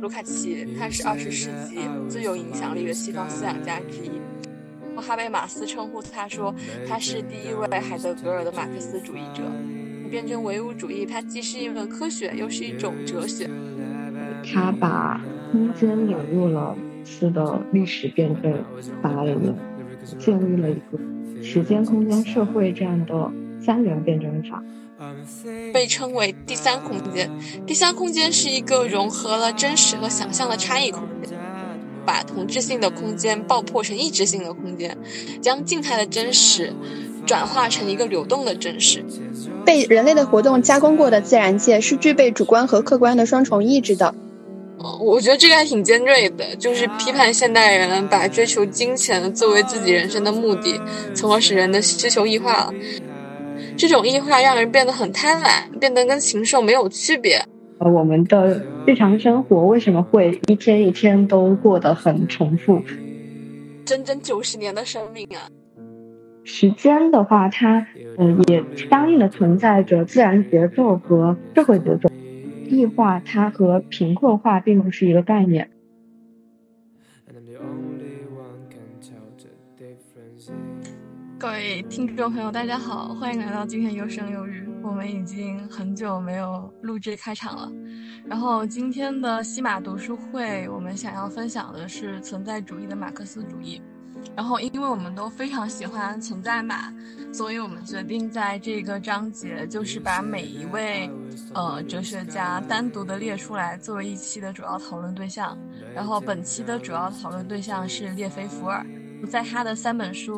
卢卡奇，他是20世纪最有影响力的西方思想家之一。哈贝马斯称呼他说，他是第一位海德格尔的马克思主义者。辩证唯物主义它既是一门科学，又是一种哲学。 他把空间引入了次的历史辩证法里面，建立了一个时间、空间、社会这样的三元辩证法， 被称为第三空间。第三空间是一个融合了真实和想象的差异空间，把同质性的空间爆破成异质性的空间，将静态的真实转化成一个流动的真实。 被人类的活动加工过的自然界是具备主观和客观的双重意志的。 我觉得这个还挺尖锐的，就是批判现代人把追求金钱作为自己人生的目的，从而使人的需求异化了。这种异化让人变得很贪婪，变得跟禽兽没有区别。 我们的日常生活为什么会一天一天都过得很重复？ 整整90年的生命啊！ 时间的话，它也相应的存在着自然节奏和社会节奏。异化它和贫困化并不是一个概念。 各位听众朋友大家好，欢迎来到今天有声有语。我们已经很久没有录制开场了，然后今天的西马读书会我们想要分享的是存在主义的马克思主义。然后因为我们都非常喜欢存在码，所以我们决定在这个章节就是把每一位哲学家单独的列出来作为一期的主要讨论对象。然后本期的主要讨论对象是列菲福尔，在他的3本书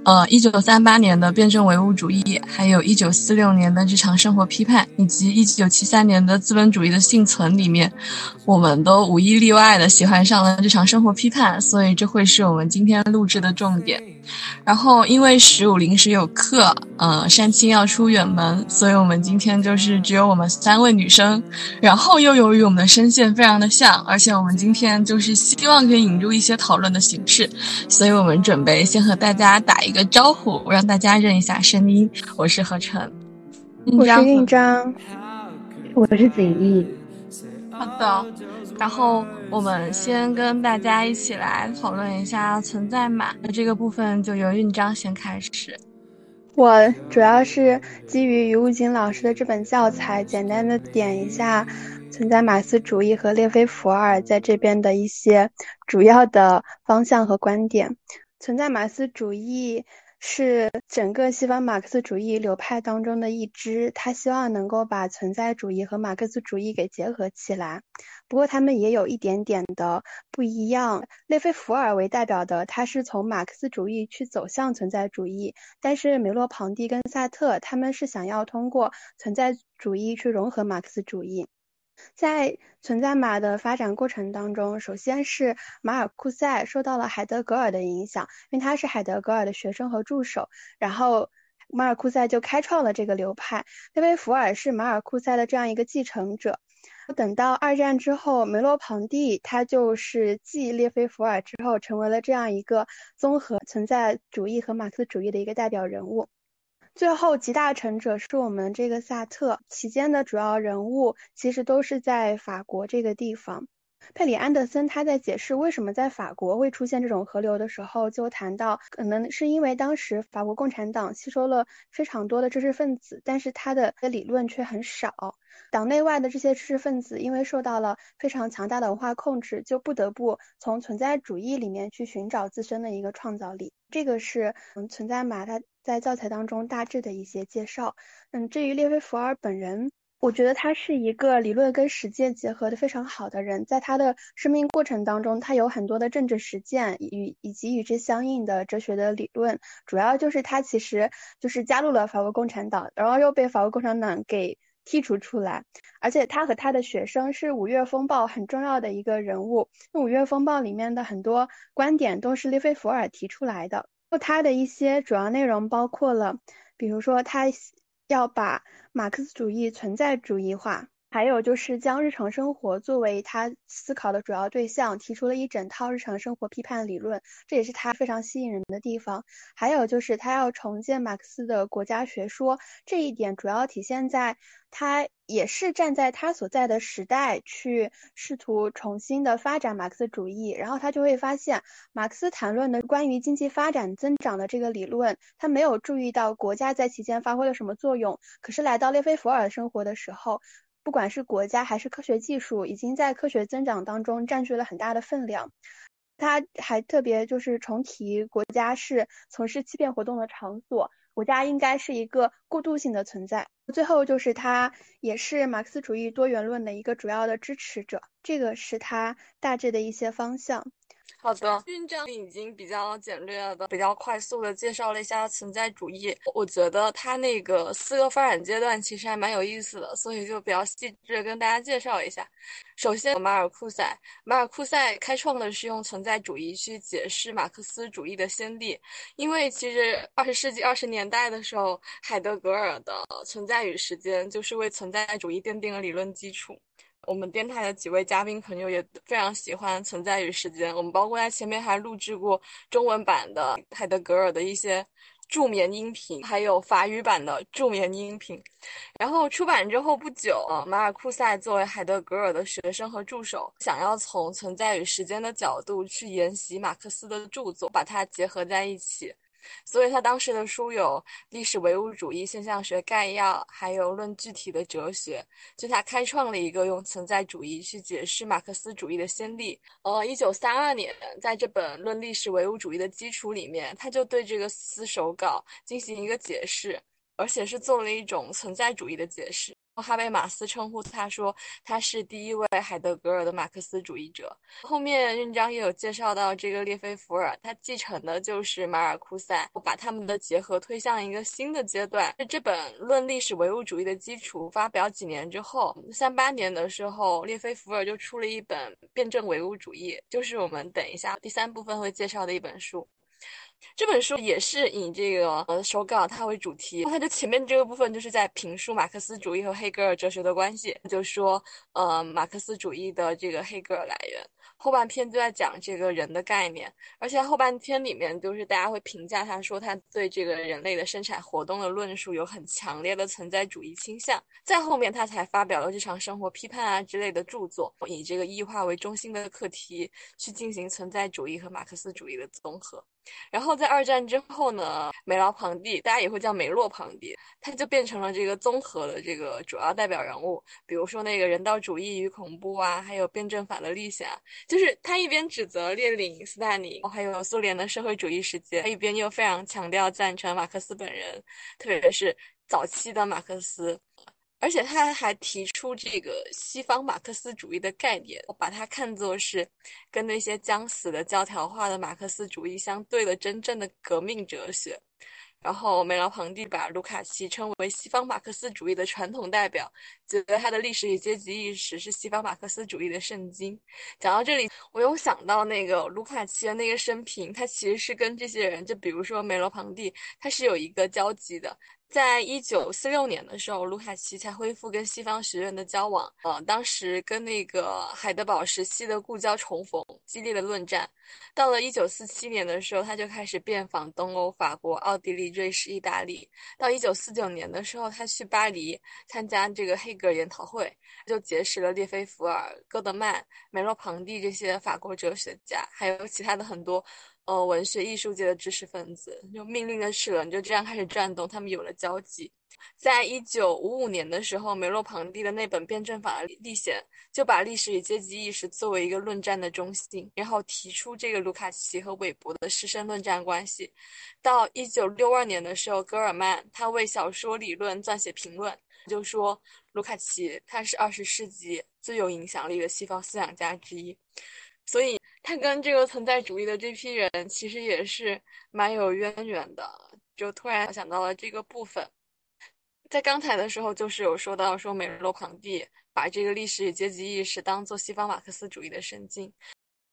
1938年的辩证唯物主义，还有1946年的日常生活批判，以及1973年的资本主义的幸存里面，我们都无一例外的喜欢上了日常生活批判，所以这会是我们今天录制的重点。然后因为15临时有课，山青要出远门，所以我们今天就是只有我们3位女生，然后又由于我们的声线非常的像，而且我们今天就是希望可以引入一些讨论的形式，所以我们准备先和大家打一个招呼，让大家认一下声音。我是何晨， 我是印章， 我是景逸。 好的，然后我们先跟大家一起来讨论一下存在码的这个部分，就由印章先开始。 我主要是基于余悟金老师的这本教材，简单的点一下存在马克思主义和列菲福尔在这边的一些主要的方向和观点。存在马克思主义是整个西方马克思主义流派当中的一支，他希望能够把存在主义和马克思主义给结合起来。不过他们也有一点点的不一样。列菲福尔为代表的，他是从马克思主义去走向存在主义，但是梅洛庞蒂跟萨特他们是想要通过存在主义去融合马克思主义。在存在码的发展过程当中，首先是马尔库塞受到了海德格尔的影响，因为他是海德格尔的学生和助手，然后马尔库塞就开创了这个流派。列菲福尔是马尔库塞的这样一个继承者。等到2战之后，梅洛庞蒂他就是继列菲福尔之后成为了这样一个综合存在主义和马克思主义的一个代表人物。最后集大成者是我们这个萨特，期间的主要人物其实都是在法国这个地方。佩里安德森他在解释为什么在法国会出现这种河流的时候，就谈到可能是因为当时法国共产党吸收了非常多的知识分子，但是他的理论却很少。党内外的这些知识分子因为受到了非常强大的文化控制，就不得不从存在主义里面去寻找自身的一个创造力。这个是存在码它在教材当中大致的一些介绍。至于列菲福尔本人，我觉得他是一个理论跟实践结合的非常好的人，在他的生命过程当中，他有很多的政治实践以及与之相应的哲学的理论，主要就是他其实就是加入了法国共产党，然后又被法国共产党给剔除出来，而且他和他的学生是五月风暴很重要的一个人物，五月风暴里面的很多观点都是列菲福尔提出来的。他的一些主要内容包括了，比如说他要把马克思主义存在主义化， 还有就是将日常生活作为他思考的主要对象，提出了一整套日常生活批判理论，这也是他非常吸引人的地方。还有就是他要重建马克思的国家学说，这一点主要体现在他也是站在他所在的时代去试图重新的发展马克思主义，然后他就会发现马克思谈论的关于经济发展增长的这个理论，他没有注意到国家在其间发挥了什么作用，可是来到列菲伏尔生活的时候，不管是国家还是科学技术，已经在科学增长当中占据了很大的分量。他还特别就是重提国家是从事欺骗活动的场所，国家应该是一个过渡性的存在。最后就是他也是马克思主义多元论的一个主要的支持者，这个是他大致的一些方向。 好的，院长已经比较简略的、比较快速的介绍了一下存在主义。我觉得他那个4个发展阶段其实还蛮有意思的，所以就比较细致的跟大家介绍一下。首先，马尔库塞开创的是用存在主义去解释马克思主义的先例，因为其实20世纪20年代的时候，海德格尔的《存在与时间》就是为存在主义奠定了理论基础。我们电台的几位嘉宾朋友也非常喜欢《存在与时间》，我们包括在前面还录制过中文版的海德格尔的一些助眠音频，还有法语版的助眠音频。然后出版之后不久，马尔库塞作为海德格尔的学生和助手，想要从《存在与时间》的角度去研习马克思的著作，把它结合在一起。所以他当时的书有《历史唯物主义现象学概要》，还有《论具体的哲学》。就他开创了一个用存在主义去解释马克思主义的先例。1932年，在这本《论历史唯物主义的基础》里面，他就对这个私手稿进行一个解释，而且是做了一种存在主义的解释。哈贝马斯称呼他说他是第一位海德格尔的马克思主义者。后面韵章也有介绍到这个列菲伏尔，他继承的就是马尔库塞，把他们的结合推向一个新的阶段。这本《论历史唯物主义的基础》发表几年之后，38年的时候，列菲伏尔就出了一本《辩证唯物主义》，就是我们等一下第3部分会介绍的一本书。这本书也是以这个手稿它为主题，它的前面这个部分就是在评述马克思主义和黑格尔哲学的关系，就说马克思主义的这个黑格尔来源。后半篇就在讲这个人的概念，而且后半篇里面就是大家会评价他说他对这个人类的生产活动的论述有很强烈的存在主义倾向。再后面他才发表了日常生活批判啊之类的著作，以这个异化为中心的课题去进行存在主义和马克思主义的综合。然后在2战之后呢，梅劳庞蒂，大家也会叫梅洛庞蒂，他就变成了这个综合的这个主要代表人物。比如说那个人道主义与恐怖啊，还有辩证法的立宪啊，就是他一边指责列宁、斯大林，还有苏联的社会主义实践，一边又非常强调赞成马克思本人，特别是早期的马克思。而且他还提出这个西方马克思主义的概念，我把它看作是跟那些将死的教条化的马克思主义相对的真正的革命哲学。然后梅劳庞蒂把卢卡奇称为西方马克思主义的传统代表，觉得他的历史与阶级意识是西方马克思主义的圣经。讲到这里，我又想到那个卢卡奇的那个生平，他其实是跟这些人，就比如说梅罗庞蒂，他是有一个交集的。在1946年的时候，卢卡奇才恢复跟西方学院的交往。当时跟那个海德堡时期的故交重逢，激烈的论战。到了1947年的时候，他就开始遍访东欧、法国、奥地利、瑞士、意大利。到1949年的时候，他去巴黎参加这个黑格尔研讨会，就结识了列菲伏尔、戈德曼、梅洛庞蒂这些法国哲学家，还有其他的很多文学艺术界的知识分子，就命运的齿轮就这样开始转动，他们有了交集。在1955年的时候，梅洛庞蒂的那本辩证法的立宪就把历史与阶级意识作为一个论战的中心，然后提出这个卢卡奇和韦伯的师生论战关系。到1962年的时候，戈尔曼他为小说理论撰写评论，就说卢卡奇他是20世纪最有影响力的西方思想家之一。所以他跟这个存在主义的这批人其实也是蛮有渊源的，就突然想到了这个部分。在刚才的时候，就是有说到说梅洛庞蒂把这个历史与阶级意识当做西方马克思主义的圣经。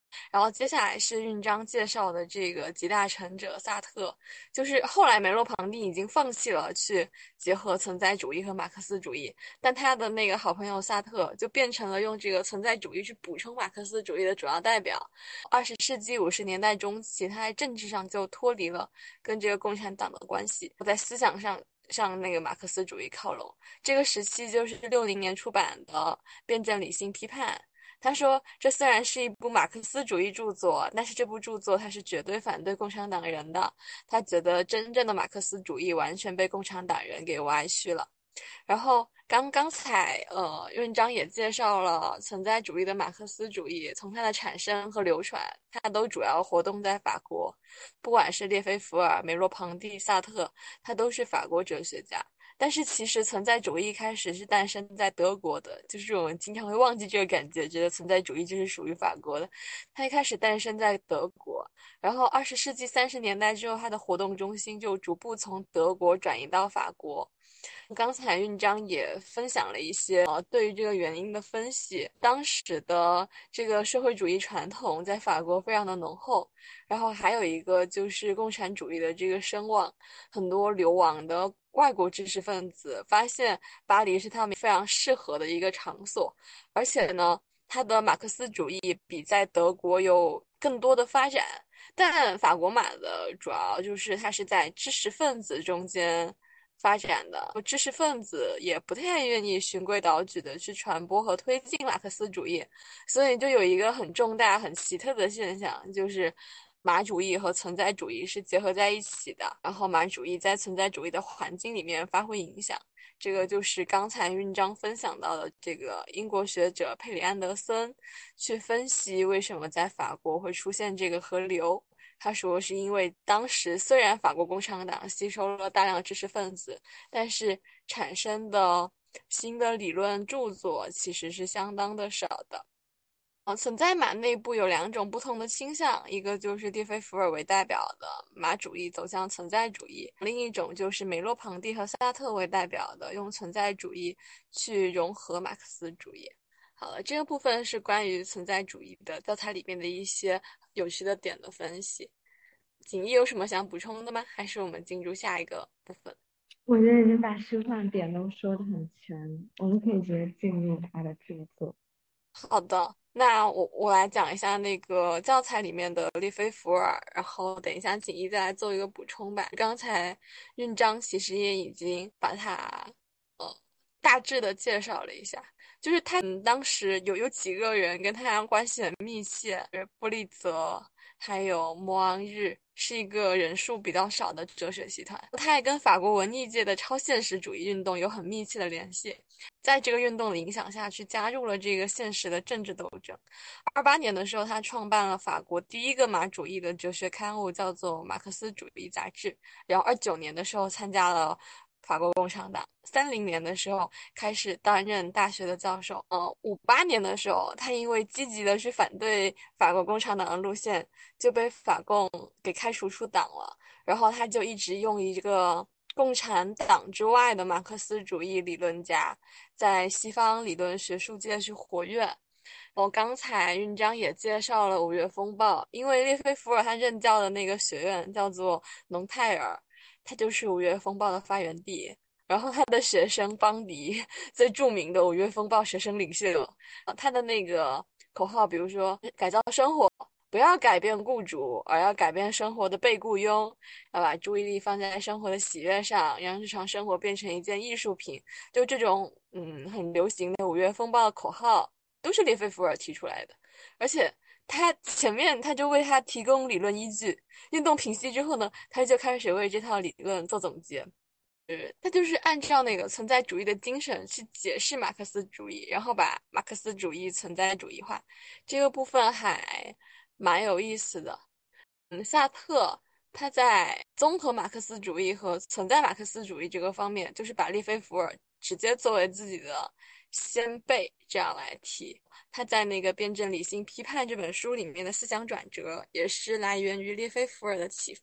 然后接下来是韵章介绍的这个集大成者萨特，就是后来梅洛庞蒂已经放弃了去结合存在主义和马克思主义，但他的那个好朋友萨特就变成了用这个存在主义去补充马克思主义的主要代表。20世纪50年代中期，他在政治上就脱离了跟这个共产党的关系，在思想上向那个马克思主义靠拢。这个时期就是60年出版的《辩证理性批判》。他说，这虽然是一部马克思主义著作，但是这部著作他是绝对反对共产党人的。他觉得真正的马克思主义完全被共产党人给歪曲了。然后刚才院章也介绍了存在主义的马克思主义，从它的产生和流传，它都主要活动在法国。不管是列菲伏尔、梅洛庞蒂、萨特，他都是法国哲学家。但是其实存在主义一开始是诞生在德国的，就是我们经常会忘记这个感觉，觉得存在主义就是属于法国的。它一开始诞生在德国，然后20世纪30年代之后，它的活动中心就逐步从德国转移到法国。刚才韵章也分享了一些对于这个原因的分析。当时的这个社会主义传统在法国非常的浓厚，然后还有一个就是共产主义的这个声望，很多流亡的外国知识分子发现巴黎是他们非常适合的一个场所，而且呢，它的马克思主义比在德国有更多的发展。但法国马的主要就是它是在知识分子中间发展的，知识分子也不太愿意循规蹈矩的去传播和推进马克思主义，所以就有一个很重大、很奇特的现象，就是马主义和存在主义是结合在一起的，然后马主义在存在主义的环境里面发挥影响。这个就是刚才韵章分享到的这个英国学者佩里安德森去分析为什么在法国会出现这个河流。他说是因为当时虽然法国共产党吸收了大量知识分子，但是产生的新的理论著作其实是相当的少的。存在马内部有两种不同的倾向，一个就是列菲伏尔为代表的马主义走向存在主义，另一种就是梅洛庞蒂和萨特为代表的用存在主义去融合马克思主义。好了，这个部分是关于存在主义的教材里面的一些有趣的点的分析。锦衣有什么想补充的吗？还是我们进入下一个部分？ 我觉得已经把书上点都说的很全，我们可以直接进入他的著作。 好的，那我来讲一下那个教材里面的列菲伏尔，然后等一下锦衣再来做一个补充吧。刚才韵章其实也已经把它呃大致的介绍了一下，就是他当时有几个人跟他关系很密切，布利泽还有莫昂日。是一个人数比较少的哲学集团，他也跟法国文艺界的超现实主义运动有很密切的联系。在这个运动的影响下去加入了这个现实的政治斗争。28年的时候，他创办了法国第一个马主义的哲学刊物，叫做《马克思主义杂志》。然后29年的时候参加了法国共产党。30年的时候开始担任大学的教授。58年的时候，他因为积极的去反对法国共产党的路线，就被法共给开除出党了。然后他就一直用一个共产党之外的马克思主义理论家，在西方理论学术界去活跃。我刚才韵章也介绍了五月风暴，因为列菲伏尔他任教的那个学院叫做农泰尔，它就是五月风暴的发源地。然后他的学生邦迪，最著名的五月风暴学生领袖，他的那个口号，比如说改造生活，不要改变雇主，而要改变生活的被雇佣，要把注意力放在生活的喜悦上，让日常生活变成一件艺术品。就这种很流行的五月风暴的口号，都是列菲伏尔提出来的，而且他前面他就为他提供理论依据。运动平息之后呢，他就开始为这套理论做总结。他就是按照那个存在主义的精神去解释马克思主义，然后把马克思主义存在主义化，这个部分还蛮有意思的。萨特他在综合马克思主义和存在马克思主义这个方面，就是把列菲伏尔直接作为自己的先辈这样来提。他在那个《辩证理性批判》这本书里面的思想转折，也是来源于列菲伏尔的启发。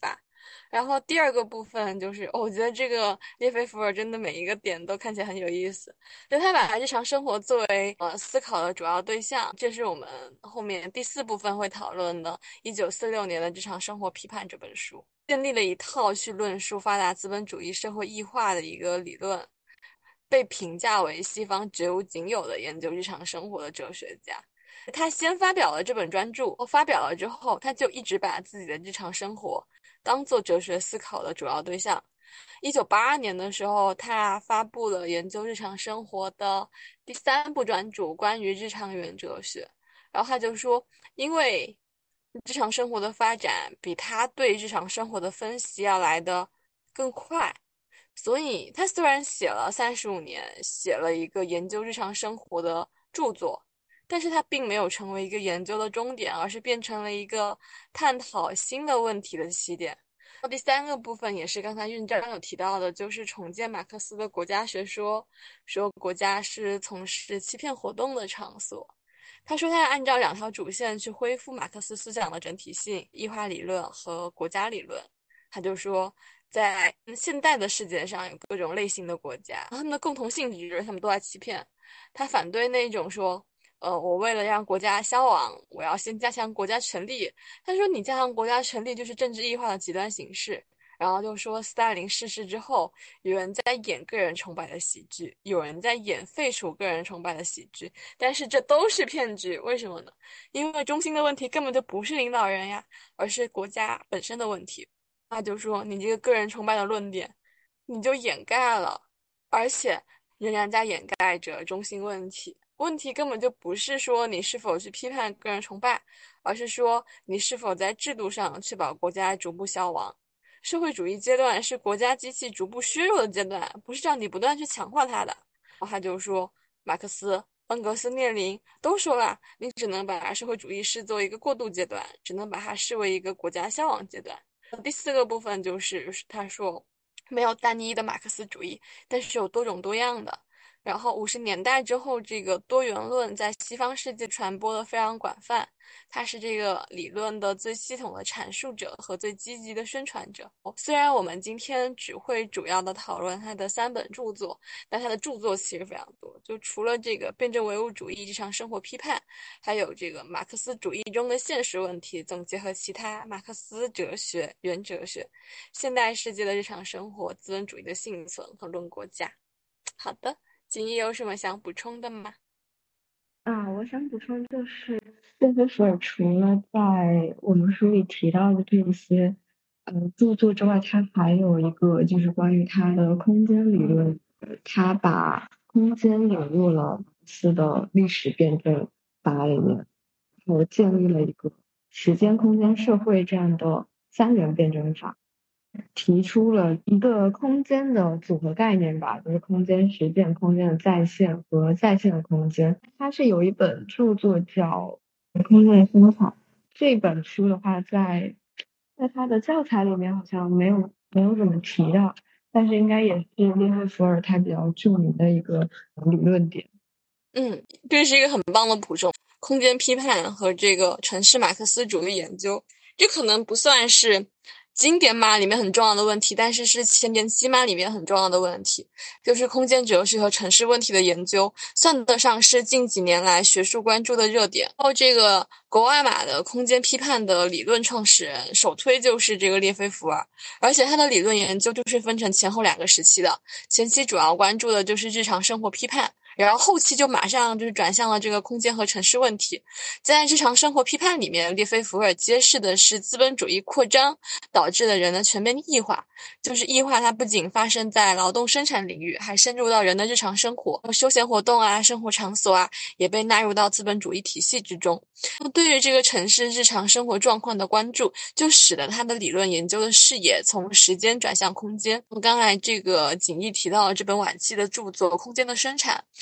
然后第二个部分就是，我觉得这个列菲伏尔真的每一个点都看起来很有意思，就他把日常生活作为思考的主要对象，这是我们后面第四部分会讨论的1946年的《日常生活批判》这本书，建立了一套去论述发达资本主义社会异化的一个理论，被评价为西方绝无仅有的研究日常生活的哲学家。他先发表了这本专著，发表了之后，他就一直把自己的日常生活当做哲学思考的主要对象。1982年的时候，他发布了研究日常生活的第三部专著，关于日常语言哲学。然后他就说，因为日常生活的发展比他对日常生活的分析要来的更快，所以他虽然写了35年，写了一个研究日常生活的著作，但是它并没有成为一个研究的终点，而是变成了一个探讨新的问题的起点。第三个部分也是刚才韵章有提到的，就是重建马克思的国家学说，说国家是从事欺骗活动的场所。他说他要按照两条主线去恢复马克思思想的整体性，异化理论和国家理论。他就说，在现代的世界上有各种类型的国家，他们的共同性质就是他们都在欺骗。他反对那种说，我为了让国家消亡，我要先加强国家权力。他说，你加强国家权力就是政治异化的极端形式。然后就说，斯大林逝世之后，有人在演个人崇拜的喜剧，有人在演废除个人崇拜的喜剧，但是这都是骗局。为什么呢？因为中心的问题根本就不是领导人呀，而是国家本身的问题。他就说，你这个个人崇拜的论点，你就掩盖了，而且仍然在掩盖着中心问题。问题根本就不是说你是否去批判个人崇拜，而是说你是否在制度上确保国家逐步消亡。社会主义阶段是国家机器逐步削弱的阶段，不是让你不断去强化它的。然后他就说，马克思、恩格斯、列宁都说了，你只能把社会主义视作一个过渡阶段，只能把它视为一个国家消亡阶段。第四个部分就是他说，没有单一的马克思主义，但是有多种多样的。然后50年代之后，这个多元论在西方世界传播的非常广泛，它是这个理论的最系统的阐述者和最积极的宣传者。虽然我们今天只会主要的讨论他的3本著作，但他的著作其实非常多。就除了这个辩证唯物主义日常生活批判，还有这个马克思主义中的现实问题，总结和其他马克思哲学、原哲学、现代世界的日常生活、资本主义的幸存和论国家。好的，锦衣有什么想补充的吗？ 我想补充就是，列菲伏尔除了在我们书里提到的这些著作之外，他还有一个就是关于他的空间理论，他把空间引入了马克思的历史辩证法里面，然后建立了一个时间、空间、社会这样的3元辩证法。提出了一个空间的组合概念吧，就是空间实践、空间的再现和在线的空间。它是有一本著作叫《空间的生产》，这本书的话在它的教材里面好像没有怎么提到，但是应该也是列菲伏尔他比较著名的一个理论点。 这是一个很棒的补充。空间批判和这个城市马克思主义研究，这可能不算是经典码里面很重要的问题，但是是前典西码里面很重要的问题，就是空间哲学和城市问题的研究，算得上是近几年来学术关注的热点。然后这个国外码的空间批判的理论创始人首推就是这个列菲伏尔，而且他的理论研究就是分成前后2个时期的，前期主要关注的就是日常生活批判，然后后期就马上就是转向了这个空间和城市问题。在日常生活批判里面，列菲伏尔揭示的是资本主义扩张导致了人的全面异化，就是异化它不仅发生在劳动生产领域，还深入到人的日常生活，休闲活动啊、生活场所啊，也被纳入到资本主义体系之中。对于这个城市日常生活状况的关注，就使得他的理论研究的视野从时间转向空间。刚才这个锦衣提到了这本晚期的著作《空间的生产》，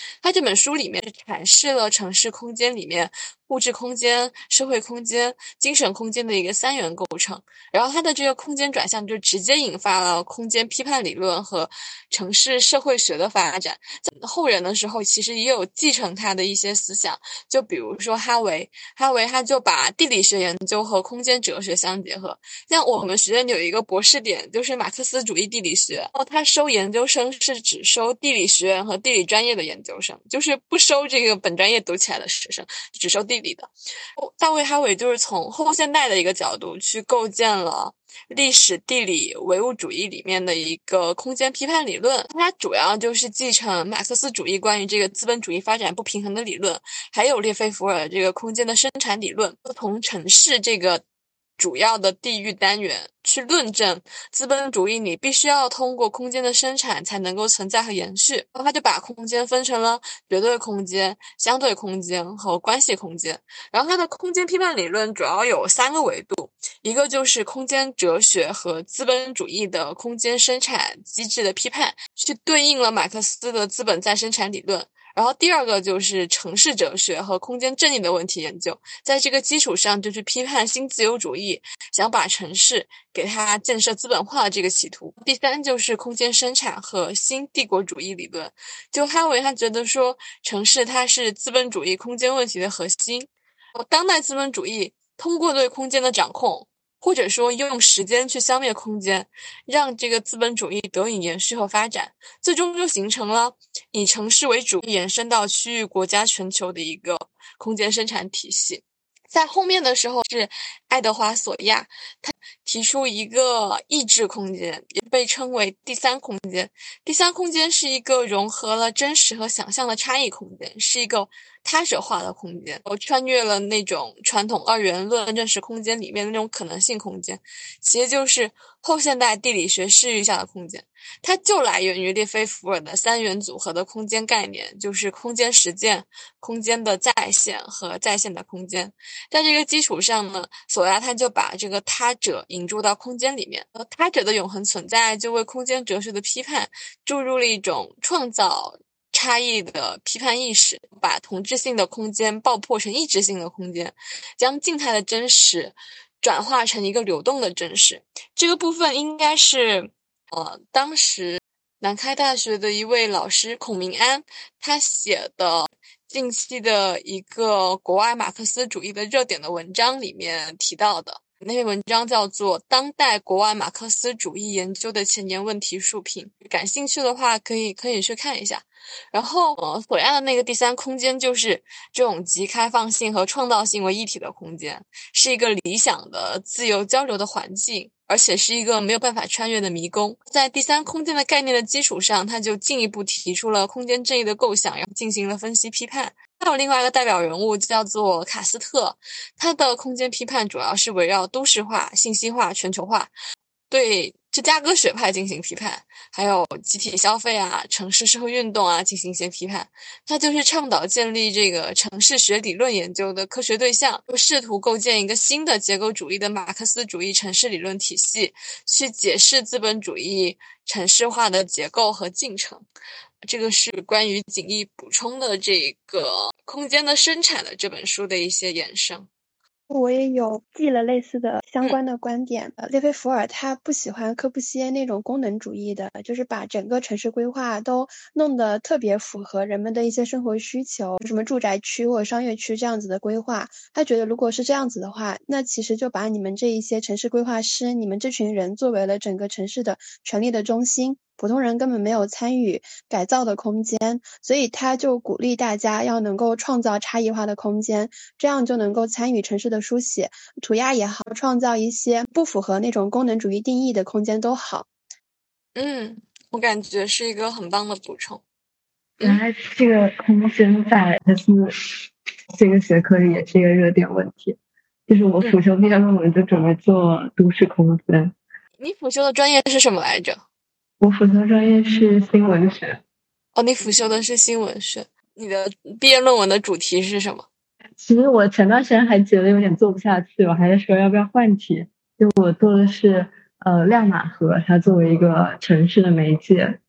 他这本书里面阐释了城市空间里面物质空间、社会空间、精神空间的一个三元构成。然后他的这个空间转向就直接引发了空间批判理论和城市社会学的发展。在后人的时候其实也有继承他的一些思想，就比如说哈维他就把地理学研究和空间哲学相结合。像我们学院有一个博士点就是马克思主义地理学，然后他收研究生是只收地理学院和地理专业的研究生，就是不收这个本专业读起来的学生，只收地理的。大卫哈维就是从后现代的一个角度去构建了历史地理唯物主义里面的一个空间批判理论，它主要就是继承马克思主义关于这个资本主义发展不平衡的理论，还有列菲弗尔这个空间的生产理论，从城市这个主要的地域单元去论证资本主义你必须要通过空间的生产才能够存在和延续。然后他就把空间分成了绝对空间、相对空间和关系空间。然后他的空间批判理论主要有3个维度，一个就是空间哲学和资本主义的空间生产机制的批判，去对应了马克思的资本再生产理论。然后第二个就是城市哲学和空间正义的问题研究，在这个基础上就去批判新自由主义想把城市给它建设资本化的这个企图。第三就是空间生产和新帝国主义理论，就哈维他觉得说城市它是资本主义空间问题的核心，当代资本主义通过对空间的掌控，或者说用时间去消灭空间，让这个资本主义得以延续和发展，最终就形成了以城市为主延伸到区域、国家、全球的一个空间生产体系。在后面的时候是爱德华·索亚，他提出一个意志空间，也被称为第三空间。第三空间是一个融合了真实和想象的差异空间，是一个他者化的空间，穿越了那种传统二元论认识空间里面的那种可能性空间，其实就是后现代地理学视域下的空间。它就来源于列菲弗尔的3元组合的空间概念，就是空间实践、空间的再现和在线的空间。在这个基础上呢，索亚他就把这个他者引入到空间里面，他者的永恒存在就为空间哲学的批判注入了一种创造差异的批判意识，把同质性的空间爆破成异质性的空间，将静态的真实转化成一个流动的真实。这个部分应该是当时南开大学的一位老师孔明安他写的近期的一个国外马克思主义的热点的文章里面提到的。那篇文章叫做《当代国外马克思主义研究的前沿问题述评》，感兴趣的话可以去看一下。然后索亚的那个第三空间就是这种集开放性和创造性为一体的空间，是一个理想的自由交流的环境，而且是一个没有办法穿越的迷宫。在第三空间的概念的基础上，他就进一步提出了空间正义的构想，然后进行了分析批判。还有另外一个代表人物叫做卡斯特，他的空间批判主要是围绕都市化、信息化、全球化，对芝加哥学派进行批判，还有集体消费啊、城市社会运动啊进行一些批判。他就是倡导建立这个城市学理论研究的科学对象，又试图构建一个新的结构主义的马克思主义城市理论体系，去解释资本主义城市化的结构和进程。这个是关于锦艺补充的这个空间的生产的这本书的一些延伸。 我也有记了类似的相关的观点。列菲弗尔他不喜欢柯布西耶那种功能主义的，就是把整个城市规划都弄得特别符合人们的一些生活需求，什么住宅区或者商业区这样子的规划。他觉得如果是这样子的话，那其实就把你们这一些城市规划师，你们这群人作为了整个城市的权力的中心，普通人根本没有参与改造的空间，所以他就鼓励大家要能够创造差异化的空间，这样就能够参与城市的书写、涂鸦也好，创造一些不符合那种功能主义定义的空间都好。 我感觉是一个很棒的补充。 原来这个空间在这个学科里也是一个热点问题。就是我辅修毕业论文就准备做都市空间。 你辅修的专业是什么来着？ 我辅修专业是新闻学。 你辅修的是新闻学。你的毕业论文的主题是什么？ 其实我前段时间还觉得有点做不下去，我还在说要不要换题。就我做的是亮马河，它作为一个城市的媒介。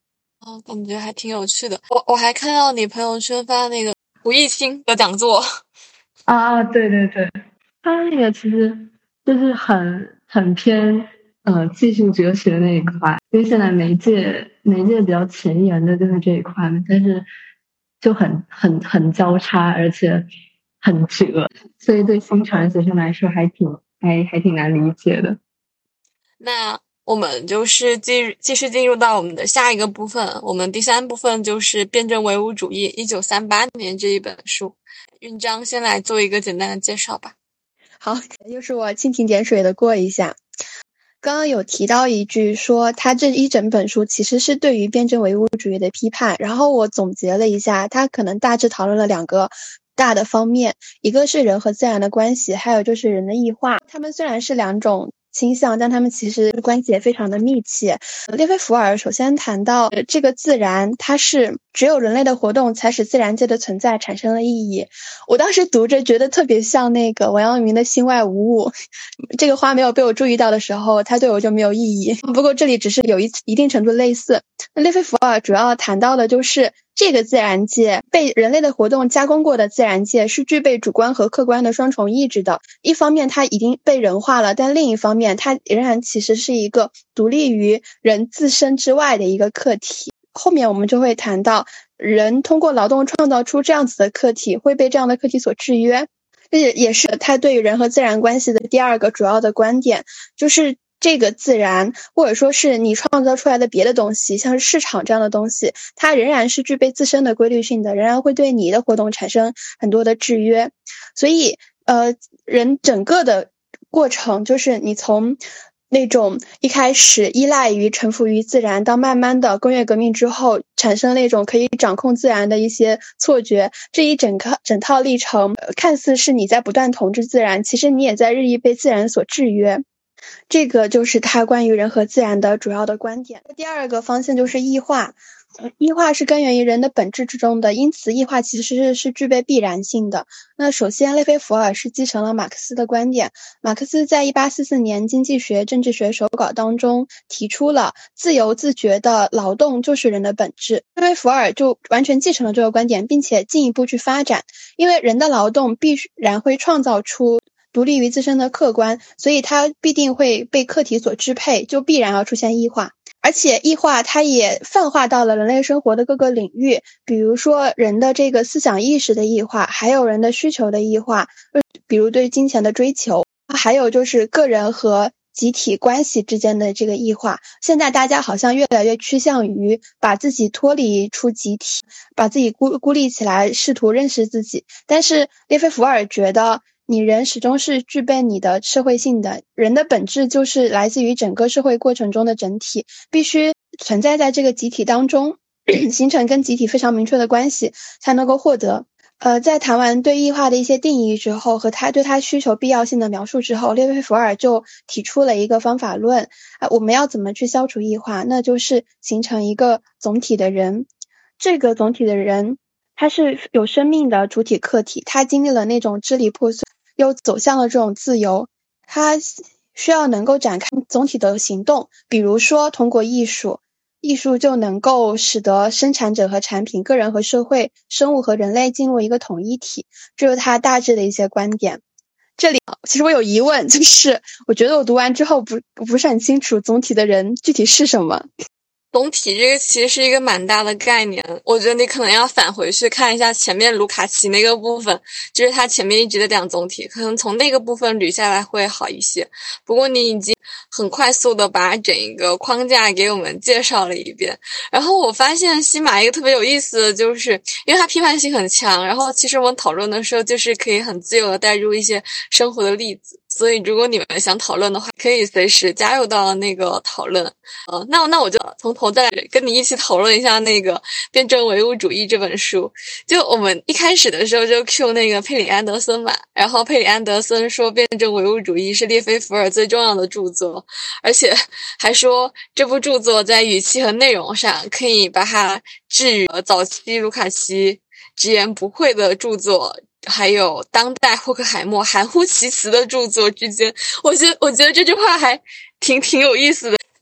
感觉还挺有趣的。我还看到你朋友圈发那个胡一清的讲座啊，对对对，他那个其实就是很偏技术哲学那一块，因为现在媒介比较前沿的就是这一块嘛，但是就很交叉，而且很折，所以对新传学生来说还挺难理解的。 那我们就是继续进入到我们的下一个部分，我们第3部分就是辩证唯物主义1938年这一本书。韵章先来做一个简单的介绍吧。 好，又是我蜻蜓点水的过一下。刚刚有提到一句说他这一整本书其实是对于辩证唯物主义的批判，然后我总结了一下，他可能大致讨论了2个大的方面，一个是人和自然的关系，还有就是人的异化。他们虽然是2种倾向，但他们其实关系也非常的密切。列菲伏尔首先谈到这个自然，它是只有人类的活动才使自然界的存在产生了意义。我当时读着觉得特别像那个王阳明的心外无物，这个话没有被我注意到的时候，它对我就没有意义。不过这里只是有一定程度类似。那列菲伏尔主要谈到的就是这个自然界被人类的活动加工过的自然界是具备主观和客观的双重意志的。一方面它已经被人化了，但另一方面它仍然其实是一个独立于人自身之外的一个客体。后面我们就会谈到人通过劳动创造出这样子的客体，会被这样的客体所制约。这也是他对于人和自然关系的第2个主要的观点，就是这个自然或者说是你创造出来的别的东西，像是市场这样的东西，它仍然是具备自身的规律性的，仍然会对你的活动产生很多的制约。所以人整个的过程就是你从那种一开始依赖于臣服于自然，到慢慢的工业革命之后产生那种可以掌控自然的一些错觉，这一整套历程看似是你在不断统治自然，其实你也在日益被自然所制约。这个就是他关于人和自然的主要的观点。第2个方向就是异化。异化是根源于人的本质之中的，因此异化其实是具备必然性的。那首先列菲伏尔是继承了马克思的观点，马克思在1844年经济学政治学手稿当中提出了自由自觉的劳动就是人的本质。列菲伏尔就完全继承了这个观点，并且进一步去发展，因为人的劳动必然会创造出独立于自身的客观，所以它必定会被客体所支配，就必然要出现异化。而且异化它也泛化到了人类生活的各个领域，比如说人的这个思想意识的异化，还有人的需求的异化，比如对金钱的追求，还有就是个人和集体关系之间的这个异化。现在大家好像越来越趋向于把自己脱离出集体，把自己孤立起来，试图认识自己。但是列菲伏尔觉得你人始终是具备你的社会性的，人的本质就是来自于整个社会过程中的整体，必须存在在这个集体当中，形成跟集体非常明确的关系，才能够获得。在谈完对异化的一些定义之后，和他对他需求必要性的描述之后，列菲伏尔就提出了一个方法论。我们要怎么去消除异化？那就是形成一个总体的人。这个总体的人他是有生命的主体客体，他经历了那种支离破碎，又走向了这种自由，他需要能够展开总体的行动，比如说通过艺术就能够使得生产者和产品、个人和社会、生物和人类进入一个统一体，这是他大致的一些观点。这里其实我有疑问，就是我觉得我读完之后不是很清楚总体的人具体是什么。 总体这个其实是一个蛮大的概念，我觉得你可能要返回去看一下前面卢卡奇那个部分，就是他前面一直在讲总体，可能从那个部分捋下来会好一些。不过你已经很快速的把整一个框架给我们介绍了一遍。然后我发现西马一个特别有意思的就是，因为它批判性很强，然后其实我们讨论的时候就是可以很自由的带入一些生活的例子，所以如果你们想讨论的话，可以随时加入到那个讨论。那我就从头再来跟你一起讨论一下那个《辩证唯物主义》这本书。就我们一开始的时候就 cue 那个佩里安德森嘛，然后佩里安德森说辩证唯物主义是列菲伏尔最重要的著作，而且还说这部著作在语气和内容上可以把它置于早期卢卡奇直言不讳的著作还有当代霍克海默含糊其辞的著作之间。我觉得这句话还挺有意思的。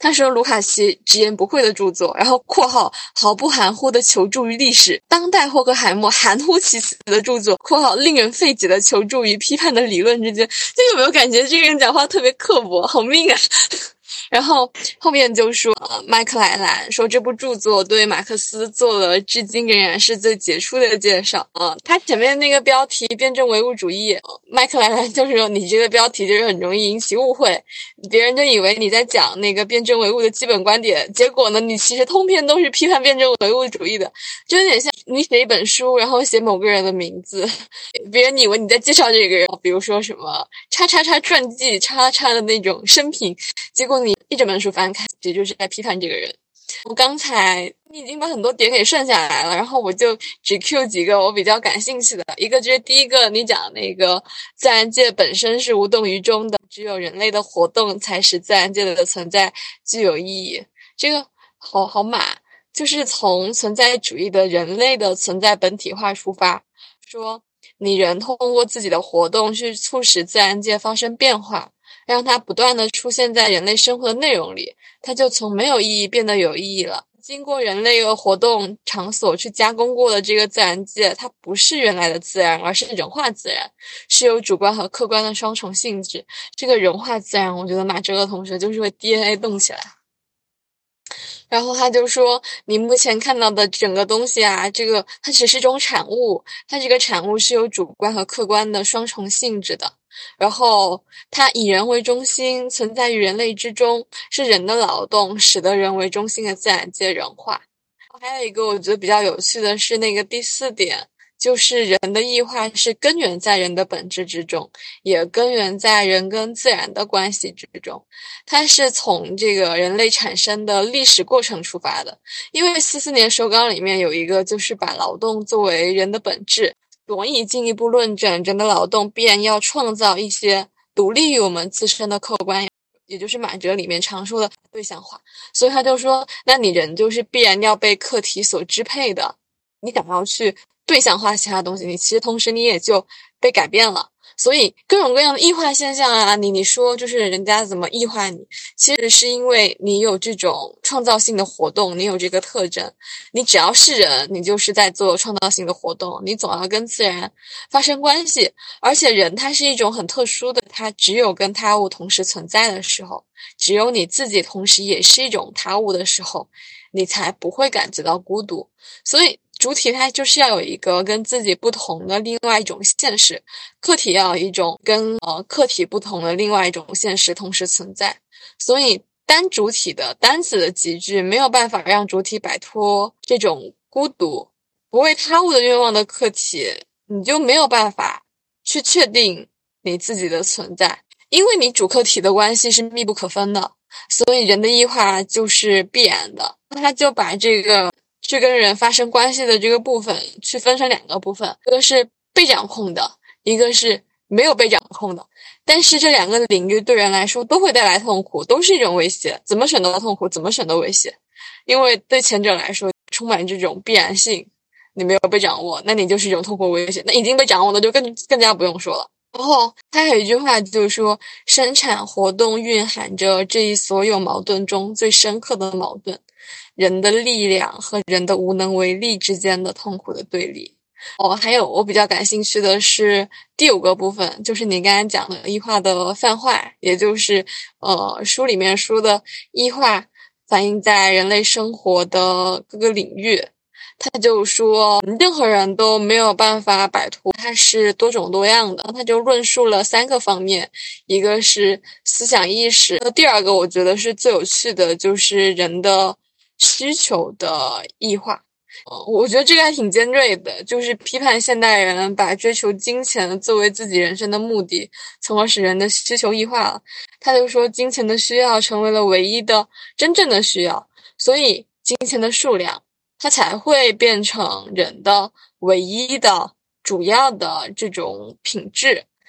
他说卢卡奇直言不讳的著作，然后括号毫不含糊的求助于历史，当代霍克海默含糊其辞的著作，括号令人费解的求助于批判的理论之间。就有没有感觉这个人讲话特别刻薄，好命啊。然后后面就说麦克莱兰说这部著作对马克思做了至今仍然是最杰出的介绍。他前面那个标题辩证唯物主义，麦克莱兰就是说你这个标题就是很容易引起误会，别人就以为你在讲那个辩证唯物的基本观点，结果呢你其实通篇都是批判辩证唯物主义的，就有点像你写一本书然后写某个人的名字，别人以为你在介绍这个人，比如说什么叉叉叉传记叉叉的那种生平，结果你一整本书翻开其实就是在批判这个人。我刚才你已经把很多点给顺下来了，然后我就只 Q 几个我比较感兴趣的。一个就是第一个你讲那个自然界本身是无动于衷的，只有人类的活动才使自然界的存在具有意义。这个好马，就是从存在主义的人类的存在本体化出发，说你人通过自己的活动去促使自然界发生变化，让它不断的出现在人类生活的内容里，它就从没有意义变得有意义了。经过人类的活动场所去加工过的这个自然界，它不是原来的自然，而是人化自然，是有主观和客观的双重性质。这个人化自然，我觉得马哲的同学就是会 DNA 动起来。然后他就说你目前看到的整个东西啊，这个它只是一种产物，它这个产物是有主观和客观的双重性质的，然后它以人为中心，存在于人类之中，是人的劳动使得人为中心的自然界人化。还有一个我觉得比较有趣的是那个第4点，就是人的异化是根源在人的本质之中，也根源在人跟自然的关系之中。它是从这个人类产生的历史过程出发的，因为44年首纲里面有一个就是把劳动作为人的本质，所以进一步论证人的劳动必然要创造一些独立于我们自身的客观，也就是马哲里面常说的对象化。所以他就说那你人就是必然要被客体所支配的，你想要去对象化其他东西，你其实同时你也就被改变了。所以各种各样的异化现象啊，你说就是人家怎么异化你，其实是因为你有这种创造性的活动，你有这个特征。你只要是人，你就是在做创造性的活动，你总要跟自然发生关系。而且人他是一种很特殊的，他只有跟他物同时存在的时候，只有你自己同时也是一种他物的时候，你才不会感觉到孤独。所以主体它就是要有一个跟自己不同的另外一种现实，客体要有一种跟客体不同的另外一种现实同时存在。所以单主体的单子的集聚没有办法让主体摆脱这种孤独，不为他物的愿望的客体，你就没有办法去确定你自己的存在，因为你主客体的关系是密不可分的，所以人的异化就是必然的。他就把这个去跟人发生关系的这个部分去分成2个部分，一个是被掌控的，一个是没有被掌控的。但是这2个领域对人来说都会带来痛苦，都是一种威胁，怎么选择痛苦怎么选择威胁。因为对前者来说充满这种必然性，你没有被掌握，那你就是一种痛苦威胁，那已经被掌握的就更加不用说了。然后他有一句话就是说，生产活动蕴含着这一所有矛盾中最深刻的矛盾，人的力量和人的无能为力之间的痛苦的对立。还有我比较感兴趣的是第5个部分，就是你刚才讲的异化的泛化，也就是书里面说的异化反映在人类生活的各个领域。他就说任何人都没有办法摆脱，它是多种多样的。他就论述了3个方面，一个是思想意识，第2个我觉得是最有趣的，就是人的需求的异化。我觉得这个还挺尖锐的，就是批判现代人把追求金钱作为自己人生的目的，从而使人的需求异化了。他就说金钱的需要成为了唯一的真正的需要，所以金钱的数量它才会变成人的唯一的主要的这种品质。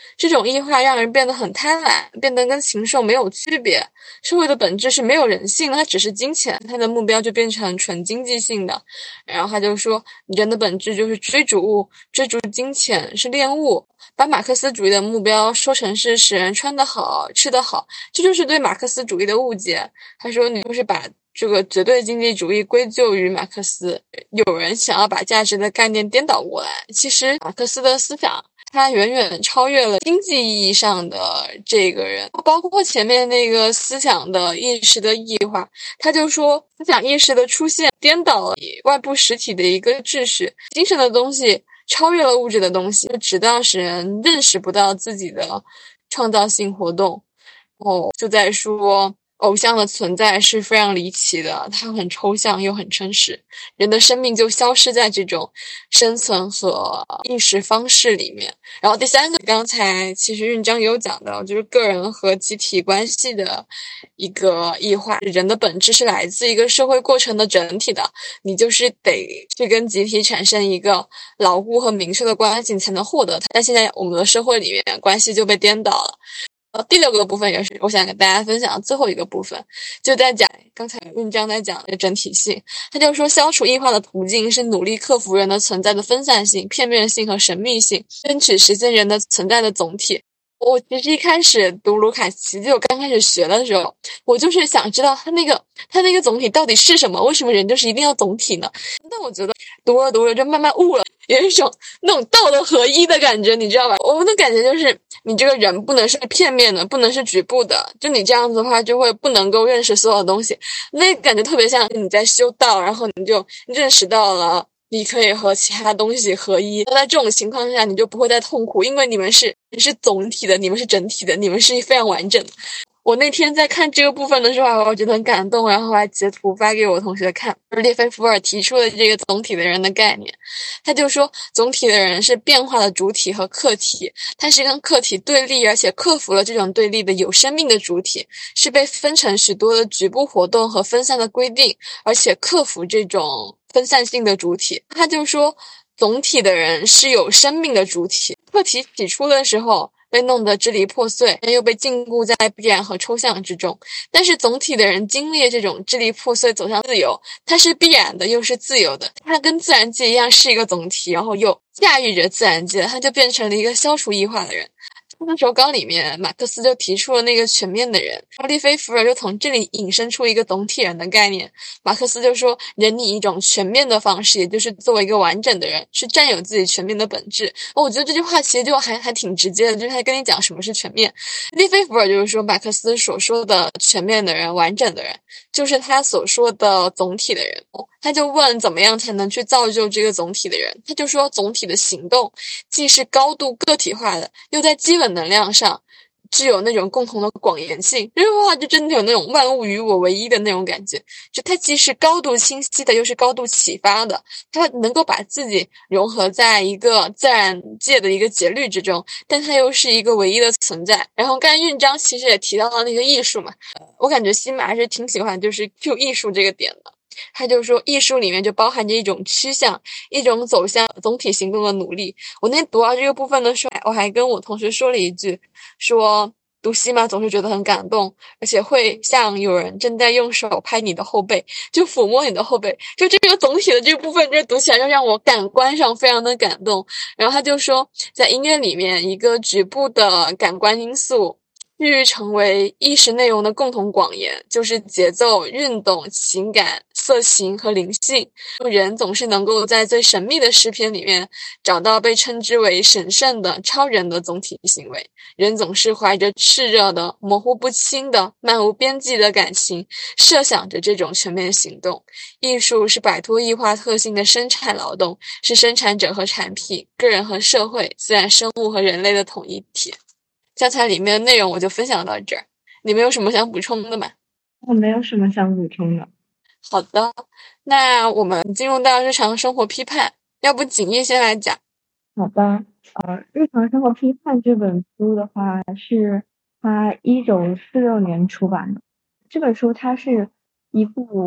这种异化让人变得很贪婪，变得跟禽兽没有区别。社会的本质是没有人性的，它只是金钱，它的目标就变成纯经济性的。然后他就说，人的本质就是追逐物，追逐金钱，是恋物。把马克思主义的目标说成是使人穿得好、吃得好，这就是对马克思主义的误解。他说，你就是把这个绝对经济主义归咎于马克思，有人想要把价值的概念颠倒过来。其实马克思的思想它远远超越了经济意义上的这个人，包括前面那个思想的意识的异化。他就说，思想意识的出现颠倒了外部实体的一个秩序，精神的东西超越了物质的东西，直到使人认识不到自己的创造性活动。就在说偶像的存在是非常离奇的，它很抽象又很真实，人的生命就消失在这种生存和意识方式里面。然后第三个，刚才其实韵章有讲到，就是个人和集体关系的一个异化。人的本质是来自一个社会过程的整体的，你就是得去跟集体产生一个牢固和明确的关系，你才能获得它。但现在我们的社会里面关系就被颠倒了。第六个部分也是我想给大家分享的最后一个部分，就在讲刚才韵章在讲的整体性。他就说，消除异化的途径是努力克服人的存在的分散性、片面性和神秘性，争取实现人的存在的总体。我其实一开始读卢卡奇，就刚开始学的时候，我就是想知道他那个总体到底是什么，为什么人就是一定要总体呢？但我觉得读着读着就慢慢悟了，有一种那种道德合一的感觉，你知道吧？我的感觉就是你这个人不能是片面的，不能是局部的，就你这样子的话就会不能够认识所有东西。那感觉特别像你在修道，然后你就认识到了你可以和其他东西合一。在这种情况下你就不会再痛苦，因为你们是总体的，你们是整体的，你们是非常完整的。我那天在看这个部分的时候，我觉得很感动，然后还截图发给我同学看。列菲福尔提出了这个总体的人的概念，他就说总体的人是变化的主体和客体，他是跟客体对立，而且克服了这种对立的有生命的主体，是被分成许多的局部活动和分散的规定，而且克服这种分散性的主体。他就说总体的人是有生命的主体，客体起初的时候被弄得支离破碎，又被禁锢在必然和抽象之中。但是总体的人经历这种支离破碎走向自由，它是必然的又是自由的，它跟自然界一样是一个总体，然后又驾驭着自然界，它就变成了一个消除异化的人。那首稿里面马克思就提出了那个全面的人，列菲福尔就从这里引申出一个总体人的概念。马克思就说人以一种全面的方式，也就是作为一个完整的人，是占有自己全面的本质。我觉得这句话其实就还挺直接的，就是他跟你讲什么是全面。列菲福尔就是说马克思所说的全面的人、完整的人，就是他所说的总体的人。他就问怎么样才能去造就这个总体的人，他就说总体的行动既是高度个体化的，又在基本能量上具有那种共同的广延性。这句话就真的有那种万物与我为一的那种感觉，就它既是高度清晰的，又是高度启发的，它能够把自己融合在一个自然界的一个节律之中，但它又是一个唯一的存在。然后刚才韵章其实也提到了那个艺术嘛，我感觉西马还是挺喜欢就是 Q 艺术这个点的。他就说艺术里面就包含着一种趋向，一种走向总体行动的努力。我那天读到这个部分的时候，我还跟我同学说了一句，说读西马总是觉得很感动，而且会像有人正在用手拍你的后背，就抚摸你的后背，就这个总体的这个部分，这读起来就让我感官上非常的感动。然后他就说在音乐里面一个局部的感官因素欲成为意识内容的共同广言，就是节奏、运动、情感、色情和灵性。人总是能够在最神秘的诗篇里面找到被称之为神圣的、超人的总体行为。人总是怀着炽热的、模糊不清的、漫无边际的感情，设想着这种全面行动。艺术是摆脱异化特性的生产劳动，是生产者和产品、个人和社会、自然生物和人类的统一体。教材里面的内容我就分享到这儿，你们有什么想补充的吗？ 我没有什么想补充的。 好的，那我们进入到日常生活批判，要不景逸先来讲。 好的，日常生活批判这本书的话是他1946年出版的。这本书它是一部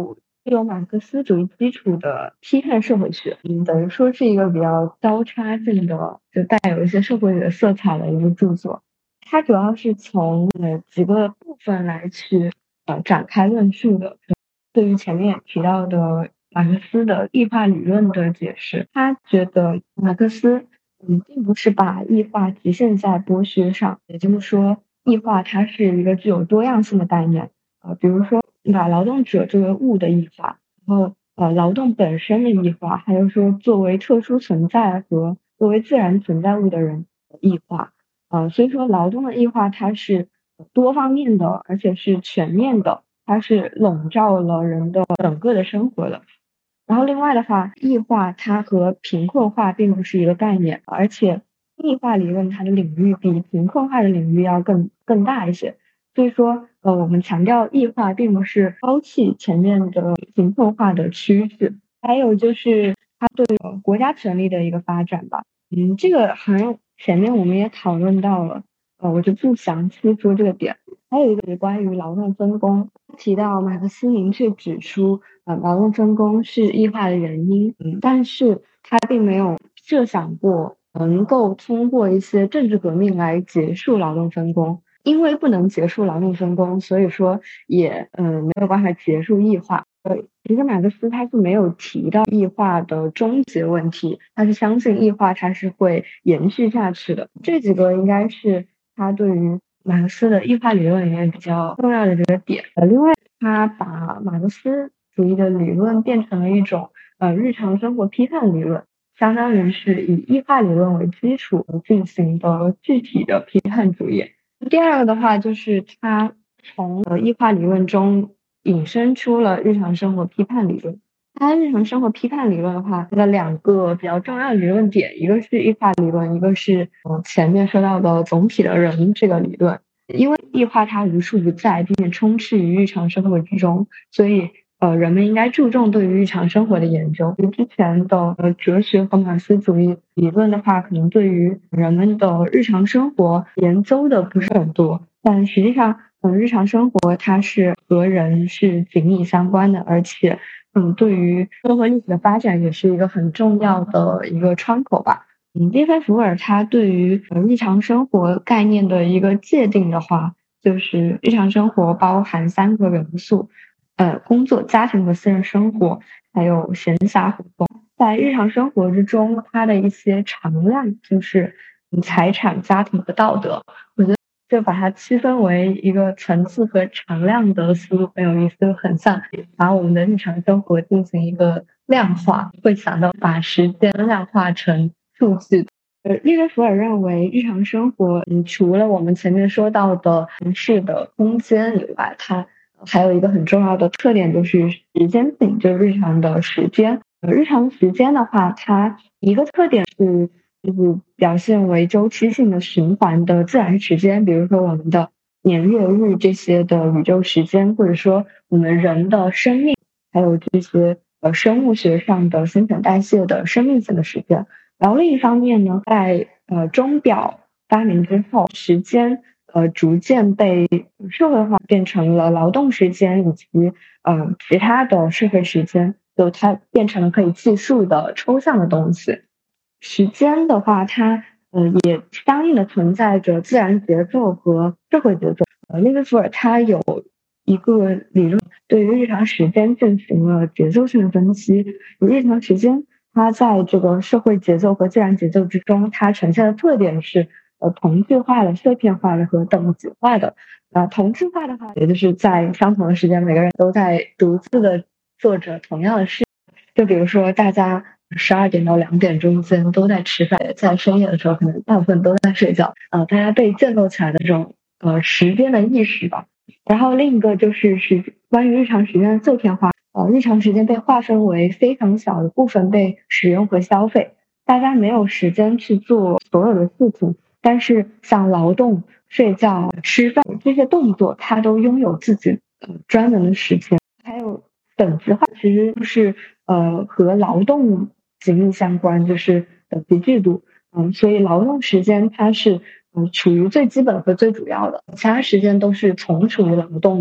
有马克思主义基础的批判社会学，等于说是一个比较交叉性的，就带有一些社会学色彩的一个著作。它主要是从几个部分来去展开论述的。对于前面也提到的马克思的异化理论的解释，他觉得马克思并不是把异化局限在剥削上，也就是说，异化它是一个具有多样性的概念。比如说把劳动者作为物的异化，然后劳动本身的异化，还有说作为特殊存在和作为自然存在物的人的异化。所以说劳动的异化它是多方面的，而且是全面的，它是笼罩了人的整个的生活的。然后另外的话，异化它和贫困化并不是一个概念，而且异化理论它的领域比贫困化的领域要更大一些。所以说，我们强调异化并不是抛弃前面的贫困化的趋势，还有就是它对国家权力的一个发展吧。这个好像前面我们也讨论到了，我就不详细说这个点。还有一个是关于劳动分工，提到马克思明确指出，劳动分工是异化的原因，但是他并没有设想过能够通过一些政治革命来结束劳动分工。因为不能结束劳动分工，所以说也没有办法结束异化。其实马克思他是没有提到异化的终结问题，他是相信异化它是会延续下去的。这几个应该是他对于马克思的异化理论里面比较重要的这个点。另外他把马克思主义的理论变成了一种日常生活批判理论，相当于是以异化理论为基础进行的具体的批判主义。第二个的话就是他从异化理论中引申出了日常生活批判理论。它日常生活批判理论的话，它的两个比较重要的理论点，一个是异化理论，一个是前面说到的总体的人这个理论。因为异化它无处不在，并且充斥于日常生活之中，所以人们应该注重对于日常生活的研究。之前的哲学和马克思主义理论的话，可能对于人们的日常生活研究的不是很多，但实际上日常生活它是和人是紧密相关的，而且对于社会历史的发展也是一个很重要的一个窗口吧。列菲伏尔他对于日常生活概念的一个界定的话，就是日常生活包含3个元素，工作、家庭和私人生活，还有闲暇活动。在日常生活之中，它的一些常量就是财产、家庭和道德。我觉得就把它区分为一个层次和常量的思路很有意思，就很像把我们的日常生活进行一个量化，会想到把时间量化成数据。列菲伏尔认为，日常生活除了我们前面说到的城市的空间以外，它还有一个很重要的特点，就是时间性，就是日常的时间。日常时间的话，它一个特点是就是表现为周期性的循环的自然时间，比如说我们的年月日这些的宇宙时间，或者说我们人的生命，还有这些生物学上的新陈代谢的生命性的时间。然后另一方面呢，在钟表发明之后，时间逐渐被社会化，变成了劳动时间以及其他的社会时间，就它变成了可以计数的抽象的东西。时间的话，它也相应的存在着自然节奏和社会节奏。列菲伏尔他有一个理论，对于日常时间进行了节奏性的分析。日常时间它在这个社会节奏和自然节奏之中，它呈现的特点是同质化的、碎片化的和等级化的。同质化的话，也就是在相同的时间，每个人都在独自的做着同样的事。就比如说，大家12点到2点中间都在吃饭，在深夜的时候，可能大部分都在睡觉。大家被建构起来的这种时间的意识吧。然后另一个就是关于日常时间的碎片化。日常时间被划分为非常小的部分被使用和消费，大家没有时间去做所有的事情，但是像劳动、睡觉、吃饭这些动作，它都拥有自己专门的时间。还有等级化，其实就是和劳动紧密相关，就是等级制度。所以劳动时间它是处于最基本和最主要的，其他时间都是从属于劳动的。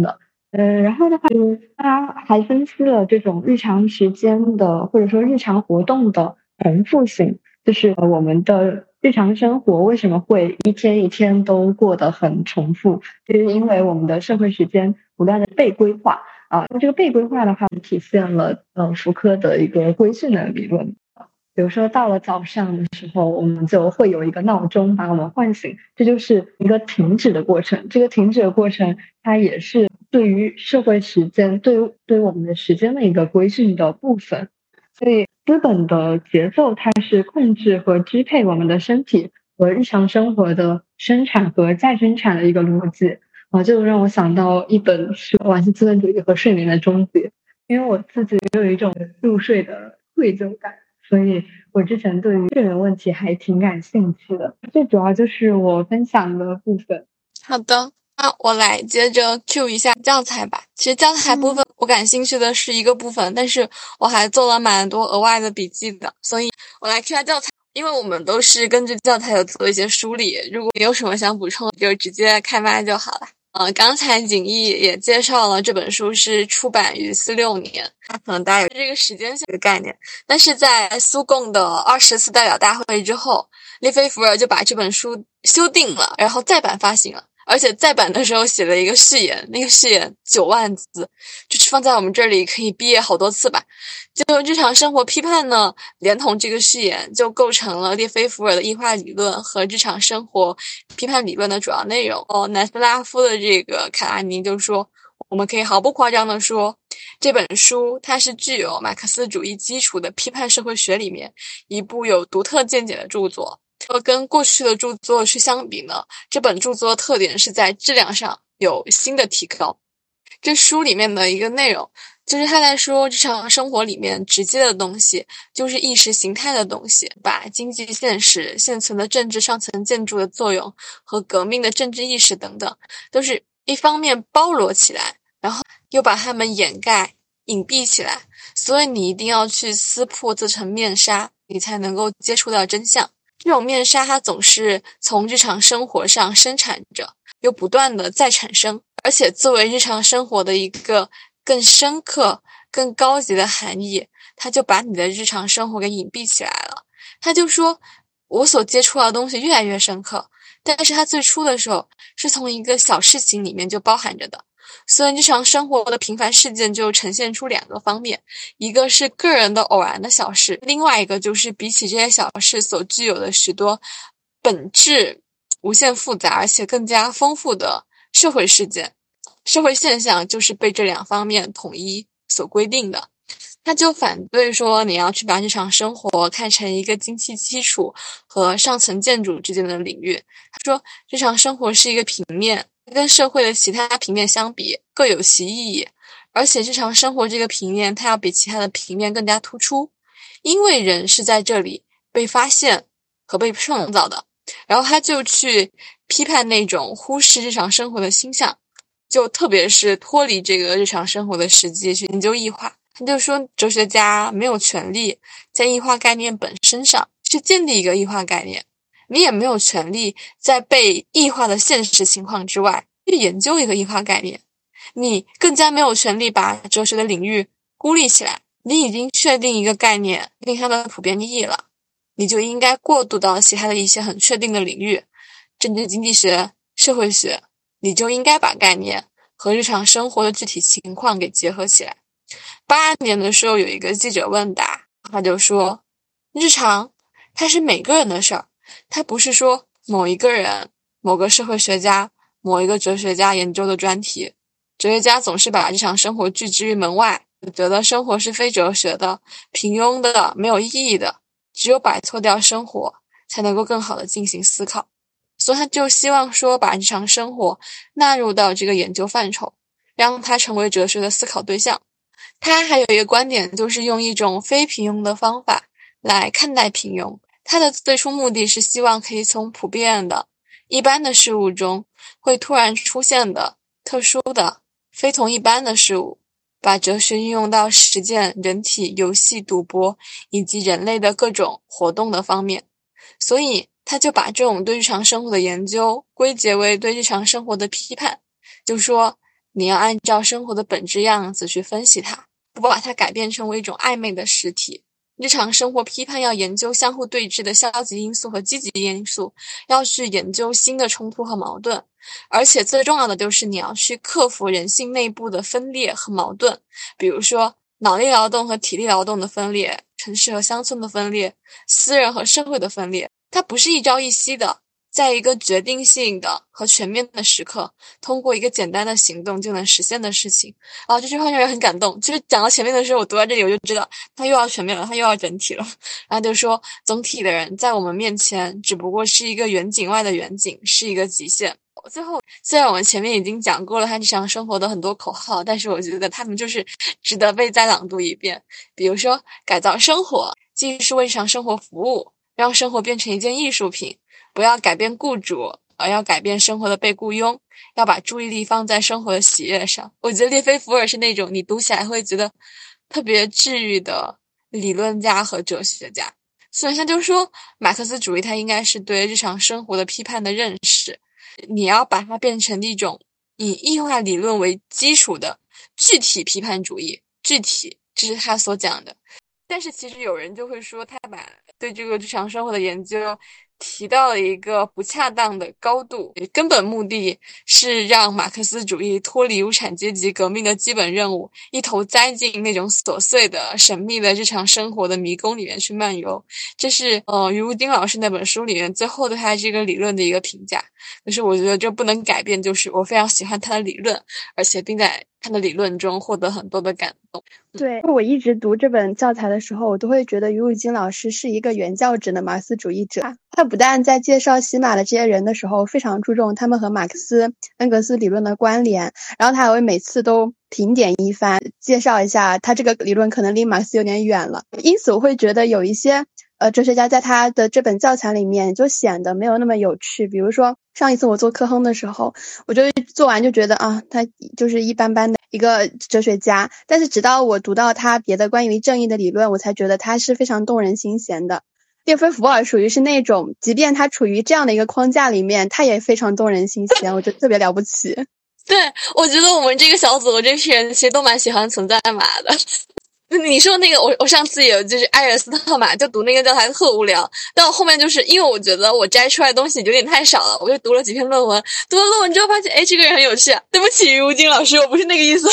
然后的话，他还分析了这种日常时间的或者说日常活动的重复性，就是我们的日常生活为什么会一天一天都过得很重复，就是因为我们的社会时间不断的被规划啊。那这个被规划的话，体现了福柯的一个规训的理论。比如说到了早上的时候，我们就会有一个闹钟把我们唤醒，这就是一个停止的过程。这个停止的过程，它也是对于社会时间、对于我们的时间的一个规训的部分。所以，资本的节奏它是控制和支配我们的身体和日常生活的生产和再生产的一个逻辑啊，就让我想到一本书《晚期资本主义和睡眠的终结》，因为我自己有一种入睡的愧疚感。所以我之前对于睡眠问题还挺感兴趣的，这主要就是我分享的部分。 好的，那我来接着 Q 一下教材吧。其实教材部分我感兴趣的是一个部分，但是我还做了蛮多额外的笔记的，所以我来 Q 下教材。因为我们都是根据教材有做一些梳理，如果你有什么想补充，就直接开麦就好了。刚才景逸也介绍了这本书是出版于46年，可能大家有这个时间线的概念。但是在苏共的20次代表大会之后，列菲弗尔就把这本书修订了，然后再版发行了。而且再版的时候写了一个序言，那个序言9万字，就是放在我们这里可以毕业好多次吧。就日常生活批判呢，连同这个序言就构成了列菲弗尔的异化理论和日常生活批判理论的主要内容。南斯拉夫的这个卡拉尼就说，我们可以毫不夸张地说，这本书它是具有马克思主义基础的批判社会学里面一部有独特见解的著作。跟过去的著作去相比呢，这本著作的特点是在质量上有新的提高。这书里面的一个内容就是他在说日常生活里面直接的东西就是意识形态的东西，把经济现实、现存的政治上层建筑的作用和革命的政治意识等等，都是一方面包罗起来，然后又把它们掩盖、隐蔽起来。所以你一定要去撕破这层面纱，你才能够接触到真相。这种面纱它总是从日常生活上生产着，又不断的再产生，而且作为日常生活的一个更深刻、更高级的含义，它就把你的日常生活给隐蔽起来了。他就说，我所接触到的东西越来越深刻，但是它最初的时候是从一个小事情里面就包含着的。所以日常生活的平凡事件就呈现出2个方面，一个是个人的偶然的小事，另外一个就是比起这些小事所具有的许多本质无限复杂而且更加丰富的社会事件。社会现象就是被这2方面统一所规定的。他就反对说你要去把日常生活看成一个经济基础和上层建筑之间的领域。他说日常生活是一个平面，跟社会的其他平面相比各有其意义，而且日常生活这个平面它要比其他的平面更加突出，因为人是在这里被发现和被创造的。然后他就去批判那种忽视日常生活的倾向，就特别是脱离这个日常生活的实际去研究异化。他就说哲学家没有权利在异化概念本身上去建立一个异化概念，你也没有权利在被异化的现实情况之外去研究一个异化概念，你更加没有权利把哲学的领域孤立起来。你已经确定一个概念，确定它的普遍意义了，你就应该过渡到其他的一些很确定的领域，政治经济学、社会学，你就应该把概念和日常生活的具体情况给结合起来。82年的时候有一个记者问答，他就说日常它是每个人的事儿，它不是说某一个人、某个社会学家、某一个哲学家研究的专题。哲学家总是把日常生活拒之于门外，觉得生活是非哲学的、平庸的、没有意义的，只有摆脱掉生活才能够更好的进行思考。所以他就希望说把日常生活纳入到这个研究范畴，让它成为哲学的思考对象。他还有一个观点，就是用一种非平庸的方法来看待平庸。他的最初目的是希望可以从普遍的、一般的事物中会突然出现的、特殊的、非同一般的事物，把哲学运用到实践人体、游戏、赌博以及人类的各种活动的方面。所以他就把这种对日常生活的研究归结为对日常生活的批判，就说你要按照生活的本质样子去分析它，不把它改变成为一种暧昧的实体。日常生活批判要研究相互对峙的消极因素和积极因素，要去研究新的冲突和矛盾，而且最重要的就是你要去克服人性内部的分裂和矛盾，比如说脑力劳动和体力劳动的分裂，城市和乡村的分裂，私人和社会的分裂，它不是一朝一夕的，在一个决定性的和全面的时刻，通过一个简单的行动就能实现的事情。这句话让人很感动。其实讲到前面的时候，我读到这里我就知道他又要全面了，他又要整体了。然后就说总体的人在我们面前只不过是一个远景外的远景，是一个极限。最后虽然我们前面已经讲过了他日常生活的很多口号，但是我觉得他们就是值得被再朗读一遍。比如说改造生活，技术为日常生活服务，让生活变成一件艺术品，不要改变雇主，而要改变生活的被雇佣，要把注意力放在生活的喜悦上。我觉得列菲·福尔是那种你读起来会觉得特别治愈的理论家和哲学家。所以他就说马克思主义它应该是对日常生活的批判的认识，你要把它变成一种以异化理论为基础的具体批判主义，具体这是他所讲的。但是其实有人就会说他把对这个日常生活的研究提到了一个不恰当的高度，根本目的是让马克思主义脱离无产阶级革命的基本任务，一头栽进那种琐碎的神秘的日常生活的迷宫里面去漫游。这是余无丁老师那本书里面最后对他这个理论的一个评价。可是我觉得这不能改变，就是我非常喜欢他的理论，而且并在他的理论中获得很多的感动。 对，我一直读这本教材的时候，我都会觉得余武金老师是一个原教旨的马克思主义者。他不但在介绍西马的这些人的时候非常注重他们和马克思恩格斯理论的关联，然后他还会每次都评点一番，介绍一下他这个理论可能离马克思有点远了。因此我会觉得有一些哲学家在他的这本教材里面就显得没有那么有趣。比如说上一次我做科亨的时候，我就做完就觉得他就是一般般的一个哲学家，但是直到我读到他别的关于正义的理论，我才觉得他是非常动人心弦的。列菲·福尔属于是那种即便他处于这样的一个框架里面，他也非常动人心弦，我觉得特别了不起。 对，我觉得我们这个小组的这批人其实都蛮喜欢存在码的。你说那个我上次也就是艾尔斯特玛就读那个教材特无聊，但我后面就是因为我觉得我摘出来的东西有点太少了，我就读了几篇论文，读了论文之后发现这个人很有趣啊。对不起余无金老师，我不是那个意思。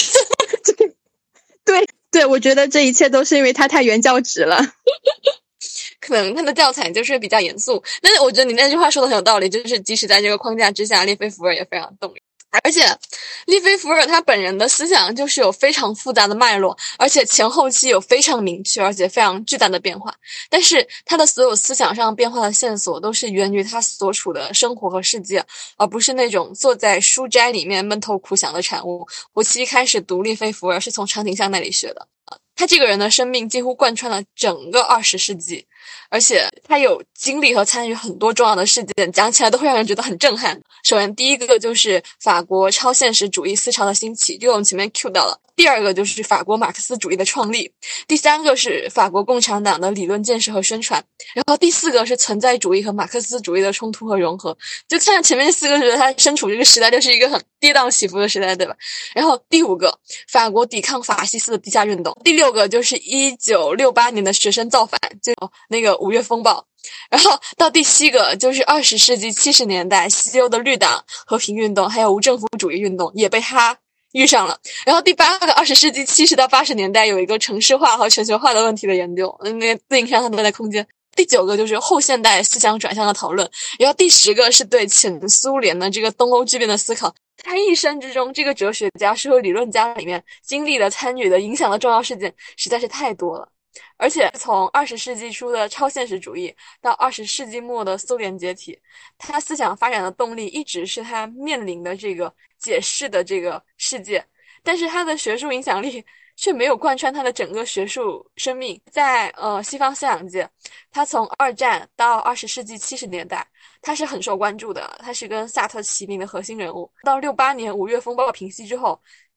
对，我觉得这一切都是因为他太原教旨了。 可能他的教材就是比较严肃，但是我觉得你那句话说的很有道理，就是即使在这个框架之下，列菲·福尔也非常动人。而且列菲·福尔他本人的思想就是有非常复杂的脉络，而且前后期有非常明确而且非常巨大的变化，但是他的所有思想上变化的线索都是源于他所处的生活和世界，而不是那种坐在书斋里面闷头苦想的产物。我其实一开始读列菲·福尔是从长亭巷那里学的，他这个人的生命几乎贯穿了整个20世纪，而且他有经历和参与很多重要的事件，讲起来都会让人觉得很震撼。首先第一个就是法国超现实主义思潮的兴起，这个我们前面 cue 到了。第二个就是法国马克思主义的创立，第三个是法国共产党的理论建设和宣传，然后第四个是存在主义和马克思主义的冲突和融合。就看前面4个，觉得他身处这个时代就是一个很跌宕起伏的时代，对吧？然后第5个，法国抵抗法西斯的地下运动。第6个就是1968年的学生造反，就那个5月风暴。然后到第7个就是20世纪70年代西欧的绿党和平运动还有无政府主义运动也被他遇上了。然后第8个20世纪70到80年代有一个城市化和全球化的问题的研究，那个自行车上的空间。第9个就是后现代思想转向的讨论。然后第10个是对前苏联的这个东欧剧变的思考。他一生之中，这个哲学家社会理论家里面经历的参与的影响的重要事件实在是太多了。而且从20世纪初的超现实主义到20世纪末的苏联解体，他思想发展的动力一直是他面临的这个解释的这个世界，但是他的学术影响力却没有贯穿他的整个学术生命。在西方思想界，他从2战到20世纪70年代，他是很受关注的，他是跟萨特齐名的核心人物。到68年5月风暴平息之后，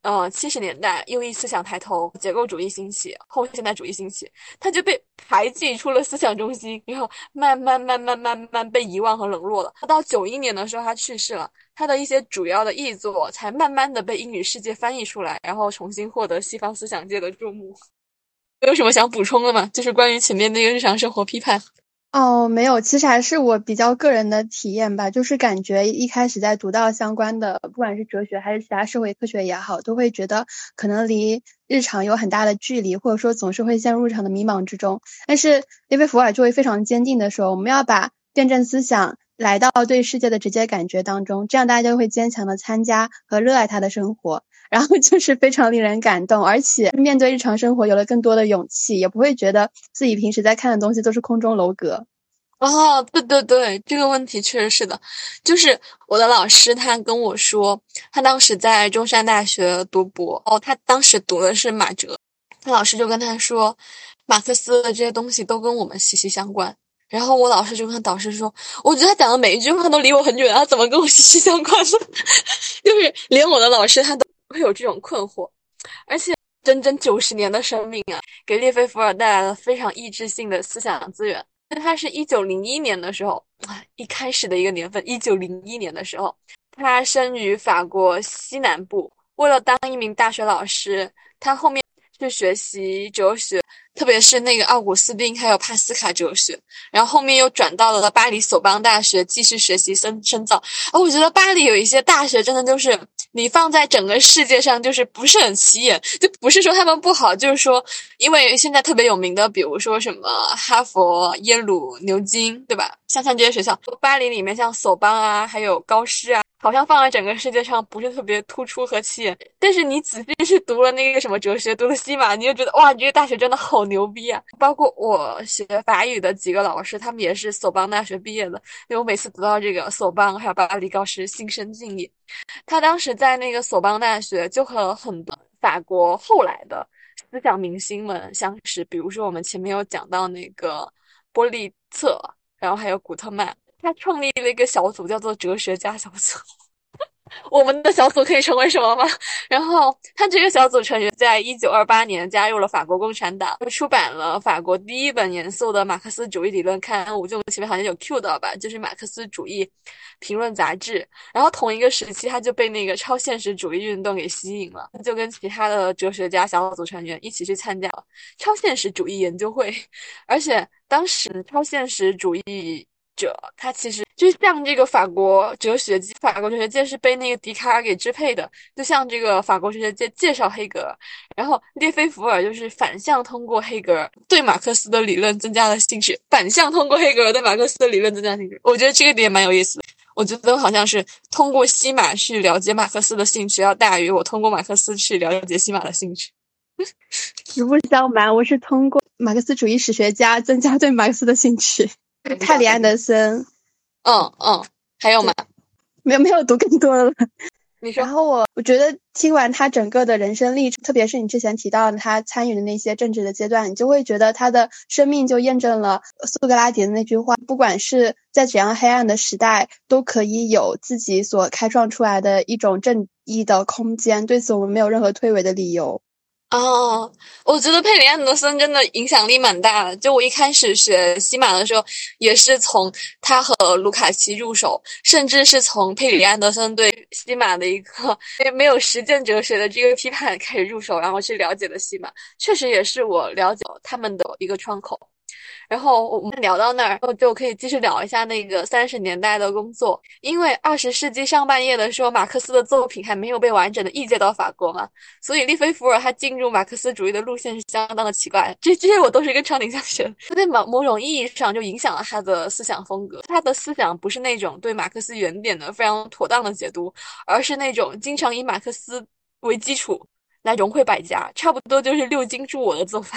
70年代右翼思想抬头，结构主义兴起，后现代主义兴起，他就被排挤出了思想中心，然后慢慢被遗忘和冷落了。到91年的时候，他去世了，他的一些主要的译作才慢慢的被英语世界翻译出来，然后重新获得西方思想界的注目。有什么想补充的吗？就是关于前面那个日常生活批判。 哦，没有，其实还是我比较个人的体验吧，就是感觉一开始在读到相关的，不管是哲学还是其他社会科学也好，都会觉得可能离日常有很大的距离，或者说总是会陷入日常的迷茫之中。但是列维伏尔就会非常坚定的说，我们要把辩证思想来到对世界的直接感觉当中，这样大家就会坚强的参加和热爱他的生活。然后就是非常令人感动，而且面对日常生活有了更多的勇气，也不会觉得自己平时在看的东西都是空中楼阁。 哦，对对对，这个问题确实是的。就是我的老师他跟我说，他当时在中山大学读博，他当时读的是马哲，他老师就跟他说，马克思的这些东西都跟我们息息相关。然后我老师就跟他导师说，我觉得他讲的每一句话都离我很远，他怎么跟我息息相关呢？就是连我的老师他都会有这种困惑。而且整整90年的生命啊，给列菲伏尔带来了非常意志性的思想资源。他是1901年的时候，一开始的一个年份，1901年的时候，他生于法国西南部。为了当一名大学老师，他后面去学习哲学，特别是那个奥古斯丁还有帕斯卡哲学，然后后面又转到了巴黎索邦大学继续学习深造。我觉得巴黎有一些大学真的就是你放在整个世界上就是不是很起眼，就不是说他们不好，就是说因为现在特别有名的比如说什么哈佛、耶鲁、牛津，对吧？像这些学校，巴黎里面像索邦啊还有高师啊，好像放在整个世界上不是特别突出和起眼，但是你仔细是读了那个什么哲学，读了西马，你就觉得哇，这个大学真的好牛逼啊！包括我学法语的几个老师，他们也是索邦大学毕业的，因为我每次读到这个索邦还有巴黎高师，心生敬意。他当时在那个索邦大学就和很多法国后来的思想明星们相识，比如说我们前面有讲到那个波利策，然后还有古特曼，他创立了一个小组叫做哲学家小组。我们的小组可以成为什么吗？然后他这个小组成员在1928年加入了法国共产党，出版了法国第一本严肃的马克思主义理论刊物，就前面好像有 Q 到吧，就是马克思主义评论杂志。然后同一个时期，他就被那个超现实主义运动给吸引了，就跟其他的哲学家小组成员一起去参加了超现实主义研究会。而且当时超现实主义者，他其实就像这个法国哲学界是被那个笛卡尔给支配的，就像这个法国哲学界介绍黑格尔，然后列菲伏尔就是反向通过黑格尔对马克思的理论增加了兴趣，反向通过黑格尔对马克思的理论增加兴趣。我觉得这个点蛮有意思的。我觉得好像是通过西马去了解马克思的兴趣要大于我通过马克思去了解西马的兴趣。 实不相瞒，我是通过马克思主义史学家增加对马克思的兴趣。泰里安德森， 还有吗？ 没有读更多了。 你说。 然后我觉得听完他整个的人生历程，特别是你之前提到的他参与的那些政治的阶段，你就会觉得他的生命就验证了苏格拉底的那句话，不管是在怎样黑暗的时代，都可以有自己所开创出来的一种正义的空间，对此我们没有任何推诿的理由。 我觉得佩里安德森真的影响力蛮大的。就我一开始学西马的时候，也是从他和卢卡奇入手，甚至是从佩里安德森对西马的一个没有实践哲学的这个批判开始入手，然后去了解的西马，确实也是我了解他们的一个窗口。然后我们聊到那儿，就可以继续聊一下那个30年代的工作。因为20世纪上半叶的时候，马克思的作品还没有被完整的译介到法国嘛，所以利菲伏尔他进入马克思主义的路线是相当的奇怪。这些我都是跟昌宁相学的，他在某种意义上就影响了他的思想风格。他的思想不是那种对马克思原点的非常妥当的解读，而是那种经常以马克思为基础来融汇百家，差不多就是6经注我的做法。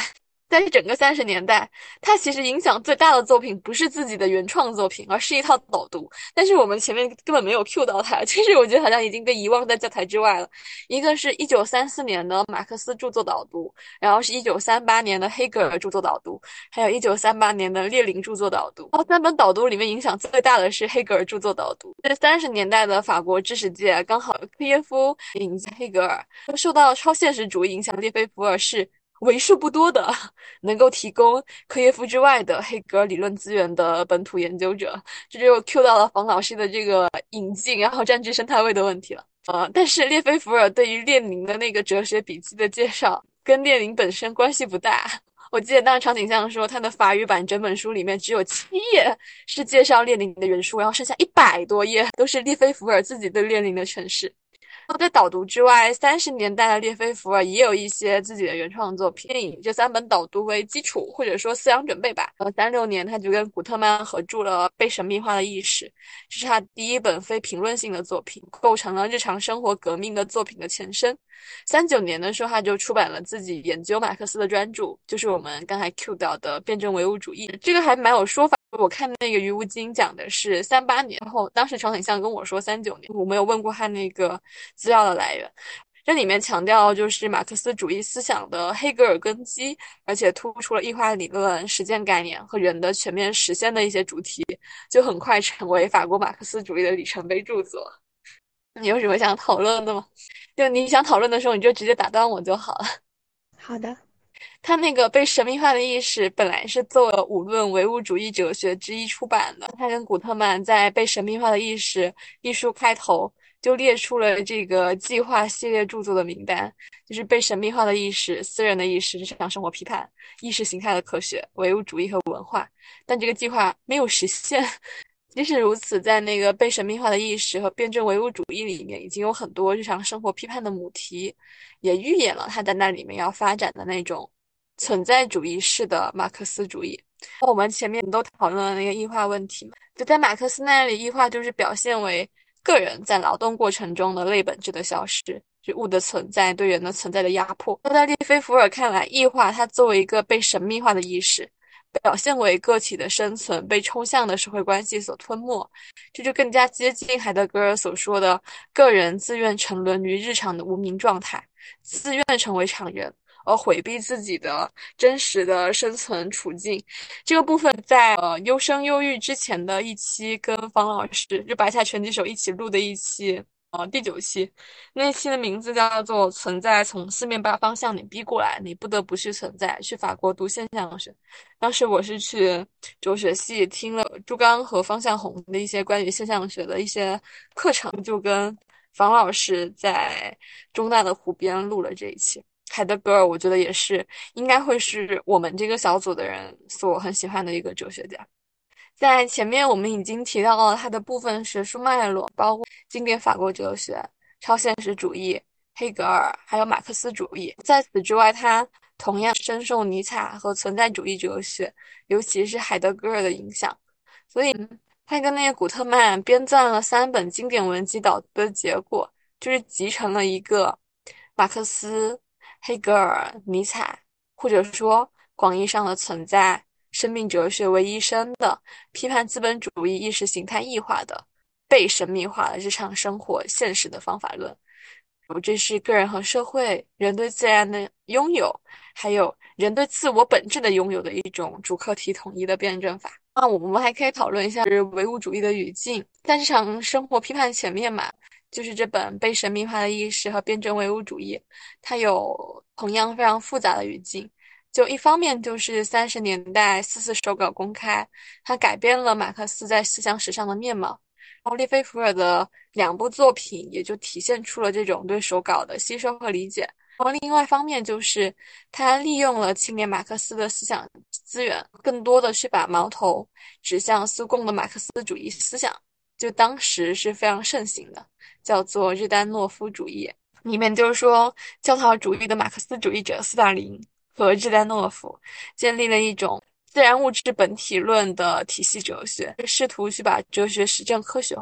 在整个30年代，他其实影响最大的作品不是自己的原创作品，而是一套导读。但是我们前面根本没有 cue 到他，其实我觉得好像已经被遗忘在教材之外了。一个是1934年的马克思著作导读，然后是1938年的黑格尔著作导读，还有1938年的列宁著作导读。然后3本导读里面影响最大的是黑格尔著作导读。在30年代的法国知识界，刚好科耶夫引进黑格尔，受到超现实主义影响的列菲伏尔是为数不多的能够提供科耶夫之外的黑格尔理论资源的本土研究者，这就 Q 到了房老师的这个引进，然后占据生态位的问题了。但是列菲伏尔对于列宁的那个哲学笔记的介绍，跟列宁本身关系不大。我记得当时常景象说，他的法语版整本书里面只有7页是介绍列宁的原书，然后剩下100多页都是列菲伏尔自己对列宁的诠释。在导读之外，30年代的列菲伏尔也有一些自己的原创作品，以这3本导读为基础，或者说思想准备吧。36年他就跟古特曼合著了《被神秘化的意识》，这是他第一本非评论性的作品，构成了日常生活革命的作品的前身。39年的时候，他就出版了自己研究马克思的专著，就是我们刚才 Q 到的辩证唯物主义。这个还蛮有说法。我看那个余无惊讲的是38年，然后当时常很像跟我说39年，我没有问过他那个资料的来源。这里面强调就是马克思主义思想的黑格尔根基，而且突出了异化理论、实践概念和人的全面实现的一些主题，就很快成为法国马克思主义的里程碑著作。你有什么想讨论的吗？就你想讨论的时候，你就直接打断我就好了。 好的。 他那个被神秘化的意识本来是作为5论唯物主义哲学之一出版的。他跟古特曼在被神秘化的意识一书开头就列出了这个计划系列著作的名单，就是被神秘化的意识、私人的意识、日常生活批判、意识形态的科学、唯物主义和文化。但这个计划没有实现。即使如此，在那个被神秘化的意识和辩证唯物主义里面，已经有很多日常生活批判的母题，也预演了他在那里面要发展的那种存在主义式的马克思主义。我们前面都讨论了那个异化问题嘛，就在马克思那里，异化就是表现为个人在劳动过程中的类本质的消失，就物的存在对人的存在的压迫。在列菲伏尔看来，异化它作为一个被神秘化的意识，表现为个体的生存被抽象的社会关系所吞没，这就更加接近海德格尔所说的个人自愿沉沦于日常的无名状态，自愿成为常人，而回避自己的真实的生存处境。这个部分在优生优育之前的一期跟方老师就白菜拳击手一起录的一期，第9期，那期的名字叫做《存在从四面八方向你逼过来，你不得不去存在》，去法国读现象学。当时我是去哲学系听了朱刚和方向红的一些关于现象学的一些课程，就跟房老师在中大的湖边录了这一期。海德格尔我觉得也是应该会是我们这个小组的人所很喜欢的一个哲学家。在前面我们已经提到了他的部分学术脉络，包括经典法国哲学、超现实主义、黑格尔，还有马克思主义。在此之外，他同样深受尼采和存在主义哲学，尤其是海德格尔的影响。所以他跟那个古特曼编撰了3本经典文集导读的结果，就是集成了一个马克思、黑格尔、尼采，或者说广义上的存在生命哲学为一身的批判资本主义意识形态异化的被神秘化的日常生活现实的方法论。这是个人和社会、人对自然的拥有，还有人对自我本质的拥有的一种主客体统一的辩证法。那我们还可以讨论一下唯物主义的语境，在日常生活批判前面嘛，就是这本被神秘化的意识和辩证唯物主义，它有同样非常复杂的语境。就一方面就是30年代4次手稿公开，它改变了马克思在思想史上的面貌。然后列菲伏尔的2部作品也就体现出了这种对手稿的吸收和理解。然后另外一方面就是他利用了青年马克思的思想资源，更多的去把矛头指向苏共的马克思主义思想，就当时是非常盛行的，叫做日丹诺夫主义。里面就是说教条主义的马克思主义者斯大林和日丹诺夫建立了一种自然物质本体论的体系哲学，试图去把哲学实证科学化。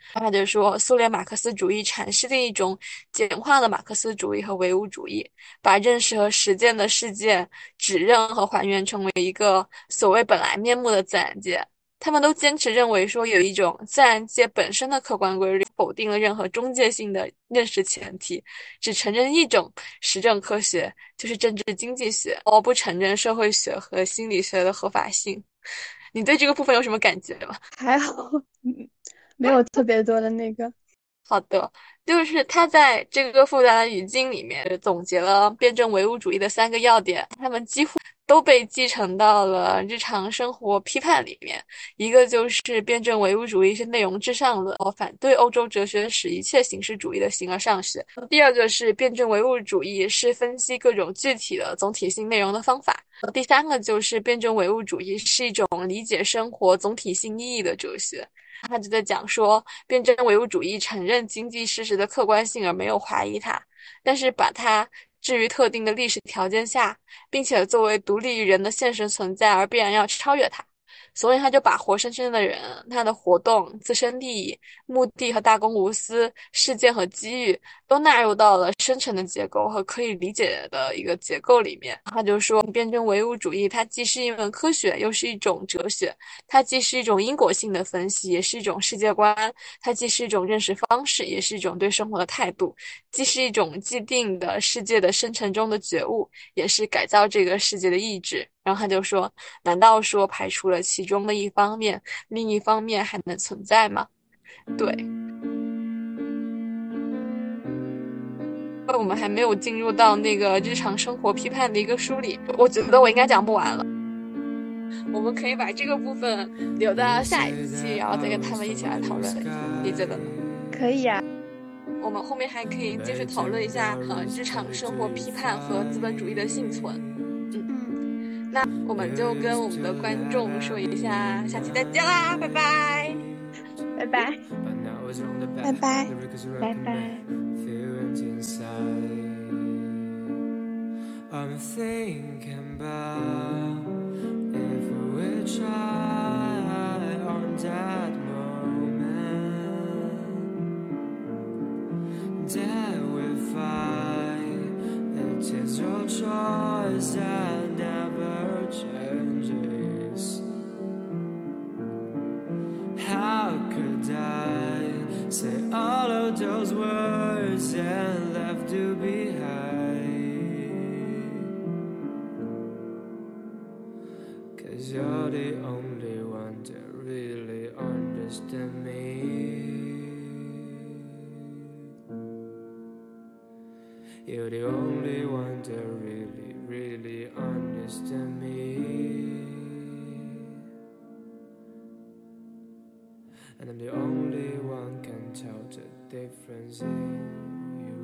他就说，苏联马克思主义阐释了一种简化的马克思主义和唯物主义，把认识和实践的世界指认和还原成为一个所谓本来面目的自然界。他们都坚持认为说有一种自然界本身的客观规律，否定了任何中介性的认识前提，只承认一种实证科学，就是政治经济学，而不承认社会学和心理学的合法性。你对这个部分有什么感觉吗？ 还好，没有特别多的那个。 好的，就是他在这个复杂的语境里面总结了辩证唯物主义的3个要点，他们几乎都被继承到了日常生活批判里面。一个就是辩证唯物主义是内容至上论，反对欧洲哲学史一切形式主义的形而上学。第二个是辩证唯物主义是分析各种具体的总体性内容的方法。第三个就是辩证唯物主义是一种理解生活总体性意义的哲学。他就在讲说，辩证唯物主义承认经济事实的客观性而没有怀疑它，但是把它置于特定的历史条件下，并且作为独立于人的现实存在而必然要超越它。所以他就把活生生的人、他的活动、自身利益、目的和大公无私、事件和机遇都纳入到了生成的结构和可以理解的一个结构里面。他就说，辩证唯物主义它既是一门科学，又是一种哲学。它既是一种因果性的分析，也是一种世界观；它既是一种认识方式，也是一种对生活的态度；既是一种既定的世界的生成中的觉悟，也是改造这个世界的意志。然后他就说：难道说排除了其中的一方面，另一方面还能存在吗？对。我们还没有进入到那个日常生活批判的一个梳理，我觉得我应该讲不完了。我们可以把这个部分留到下一期，然后再跟他们一起来讨论。你觉得呢？ 可以呀。 我们后面还可以继续讨论一下，日常生活批判和资本主义的幸存。那我们就跟我们的观众说一下，下期再见啦，拜拜， 拜拜，拜拜， 拜拜。 I'm thinking about if we try on that moment, that we find it is your choice that never changes. How could I say all of those words and left you behind? 'Cause you're the only one that really understands me. You're the only one that really, really understands me. And I'm the only one can tell the difference in you.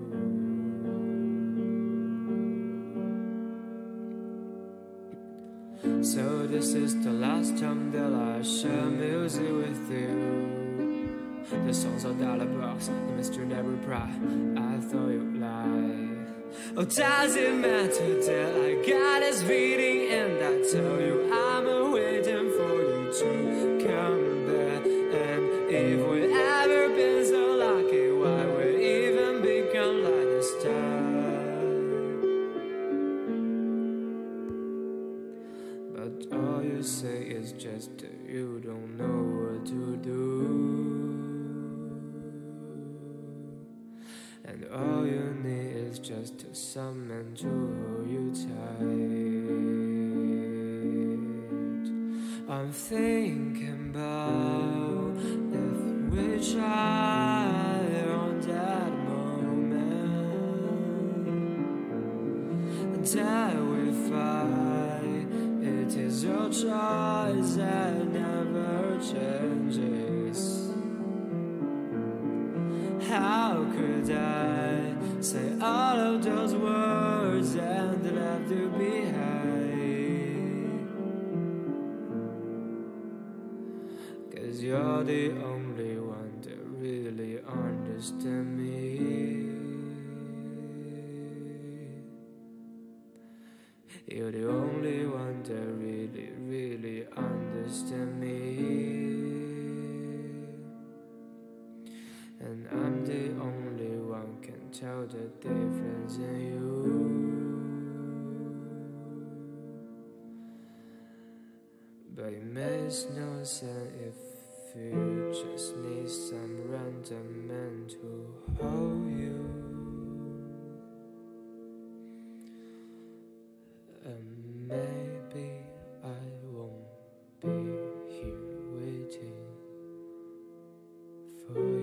So this is the last time that I share music with you. The songs are dollar bucks, the mystery never reply. I thought you'd lie. Oh, does it matter that I got this beating and I tell you I'm waiting for you to come back? And if we ever been so lucky, why we even become like the stars? But all you say is just that you don't know what to do. And all you need is just someone to hold you tight. I'm thinking about if we try on that moment, that we find it is your choice that never changes. How could I say all of those words and left you behind? 'Cause you're the only one that really understands me. You're the only one that really, really understands me. the only one can tell the difference in you. But it makes no sense if you just need some random man to hold you. And maybe I won't be here waiting for you.